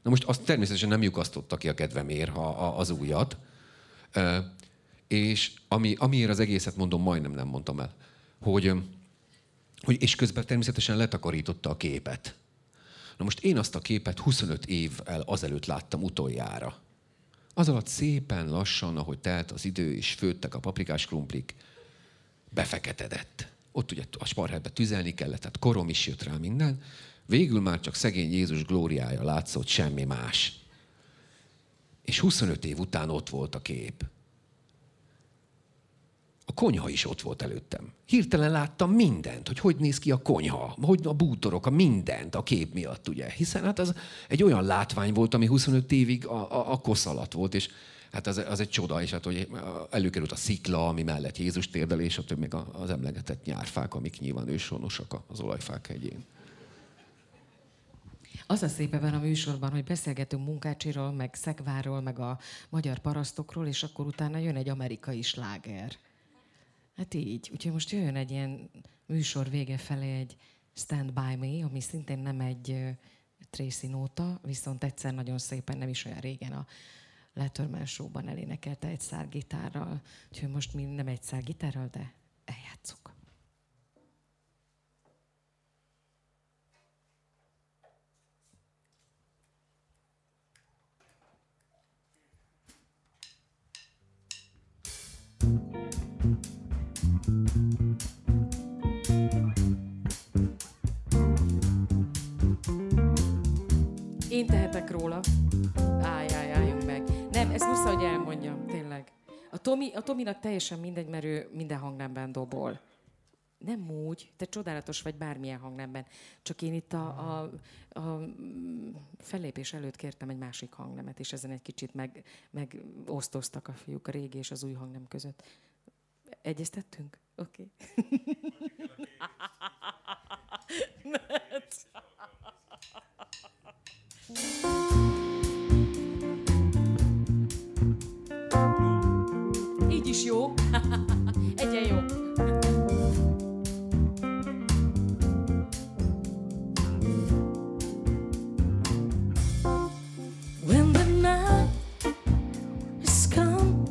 Na most azt természetesen nem lyukasztotta ki a kedvemért a, a, az újat, e, és ami, amiért az egészet mondom, majdnem nem mondtam el, hogy, hogy és közben természetesen letakarította a képet. Na most én azt a képet huszonöt évvel azelőtt láttam utoljára. Az alatt szépen lassan, ahogy telt az idő, és főttek a paprikás krumplik, befeketedett. Ott ugye a sparherbe tüzelni kellett, tehát korom is jött rá minden. Végül már csak szegény Jézus glóriája látszott, semmi más. És huszonöt év után ott volt a kép. A konyha is ott volt előttem. Hirtelen láttam mindent, hogy hogy néz ki a konyha, hogy a bútorok, a mindent a kép miatt, ugye. Hiszen hát az egy olyan látvány volt, ami huszonöt évig a, a, a kosz alatt volt, és hát az, az egy csoda, és hát hogy előkerült a szikla, ami mellett Jézus térdelés, a több még az emlegetett nyárfák, amik nyilván őshonosak az olajfák hegyén. Az a szép ebben a műsorban, hogy beszélgetünk Munkácsiról, meg Szegvárról, meg a magyar parasztokról, és akkor utána jön egy amerikai sláger. Hát így. Úgyhogy most jöjjön egy ilyen műsor vége felé egy Stand By Me, ami szintén nem egy uh, Tracy nóta, viszont egyszer nagyon szépen, nem is olyan régen a Letterman Show-ban elénekelte egy szár gitárral. Úgyhogy most mi nem egy szár gitárral, de eljátszuk. Én tehetek róla. Állj, állj, álljunk meg. Nem, ezt muszáj, hogy elmondjam, tényleg. A, Tomi, a Tominak teljesen mindegy, mert ő minden hangnemben dobol. Nem úgy, te csodálatos vagy bármilyen hangnemben. Csak én itt a, a, a fellépés előtt kértem egy másik hangnemet, és ezen egy kicsit meg, megosztoztak a fiúk a régi és az új hangnem között. Egyeztettünk? Oké. Így is jó. Egyen jó. When the night has come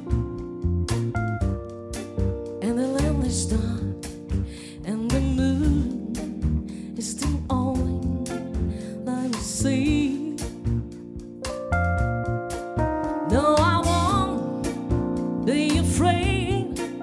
and the land is dark and the moon is still on, let me see. No, I won't be afraid.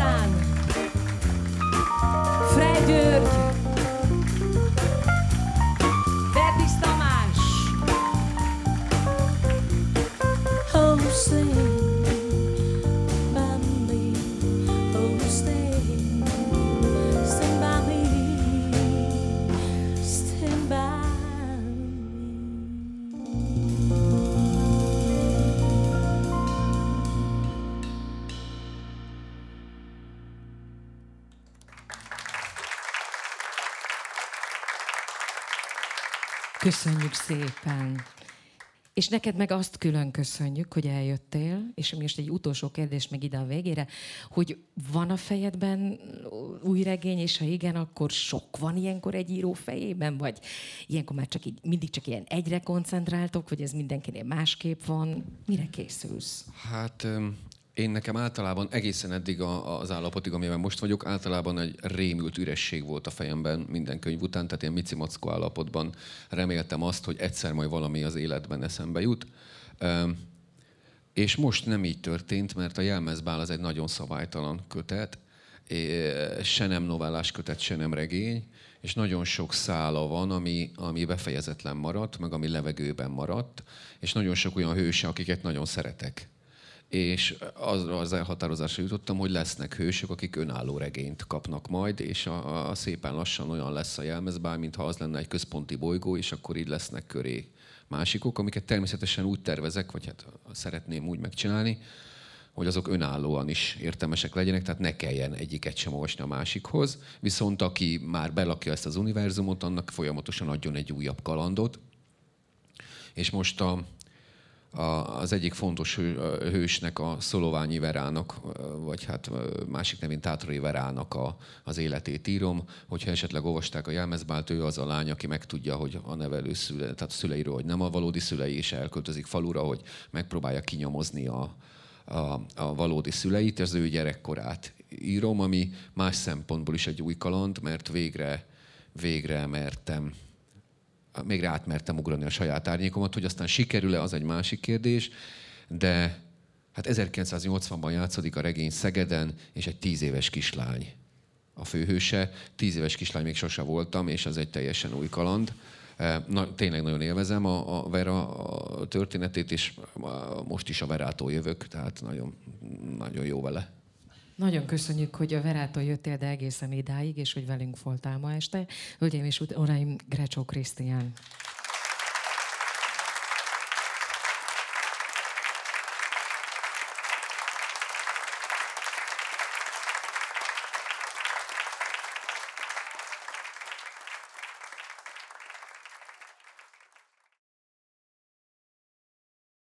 Zoltán, Frey György, Verdisz Tamás. Oh, stand by me. Oh, stand, stand by me. Stand by me. Köszönjük szépen. És neked meg azt külön köszönjük, hogy eljöttél, és most egy utolsó kérdés meg ide a végére, hogy van a fejedben új regény, és ha igen, akkor sok van ilyenkor egy író fejében, vagy ilyenkor már csak így, mindig csak ilyen egyre koncentráltok, vagy ez mindenkinél másképp van? Mire készülsz? Hát öm, én nekem általában egészen eddig a, az állapotig, amiben most vagyok, általában egy rémült üresség volt a fejemben minden könyv után, tehát ilyen micimackó állapotban reméltem azt, hogy egyszer majd valami az életben eszembe jut. Öm, és most nem így történt, mert a Jelmezbál az egy nagyon szabálytalan kötet, se nem novellás kötet, se nem regény, és nagyon sok szála van, ami, ami befejezetlen maradt, meg ami levegőben maradt, és nagyon sok olyan hőse, akiket nagyon szeretek. És azra az elhatározásra jutottam, hogy lesznek hősök, akik önálló regényt kapnak majd, és a, a szépen lassan olyan lesz a Jelmezbál, mintha az lenne egy központi bolygó, és akkor így lesznek köré másikok, amiket természetesen úgy tervezek, vagy hát szeretném úgy megcsinálni, hogy azok önállóan is értelmesek legyenek, tehát ne kelljen egyiket sem olvasni a másikhoz. Viszont aki már belakja ezt az univerzumot, annak folyamatosan adjon egy újabb kalandot. És most a az egyik fontos hősnek, a Szoloványi Verának, vagy hát másik nevén Tátrai Verának a, az életét írom. Hogyha esetleg olvasták a Jelmezbált, ő az a lány, aki megtudja, hogy a nevelő szüle, tehát a szüleiről, hogy nem a valódi szülei, és elköltözik falura, hogy megpróbálja kinyomozni a, a, a valódi szüleit. Az ő gyerekkorát írom, ami más szempontból is egy új kaland, mert végre, végre mertem még átmertem ugrani a saját árnyékomat, hogy aztán sikerül-e, az egy másik kérdés, de hát ezerkilencszáznyolcvanban játszódik a regény Szegeden, és egy tíz éves kislány a főhőse. Tíz éves kislány még sose voltam, és az egy teljesen új kaland. Na, tényleg nagyon élvezem a, a Vera a történetét, és most is a Verától jövök, tehát nagyon, nagyon jó vele. Nagyon köszönjük, hogy a Verától jöttél, de egészen idáig, és hogy velünk voltál ma este. Hölgyeim és uraim, Grecsó Krisztián.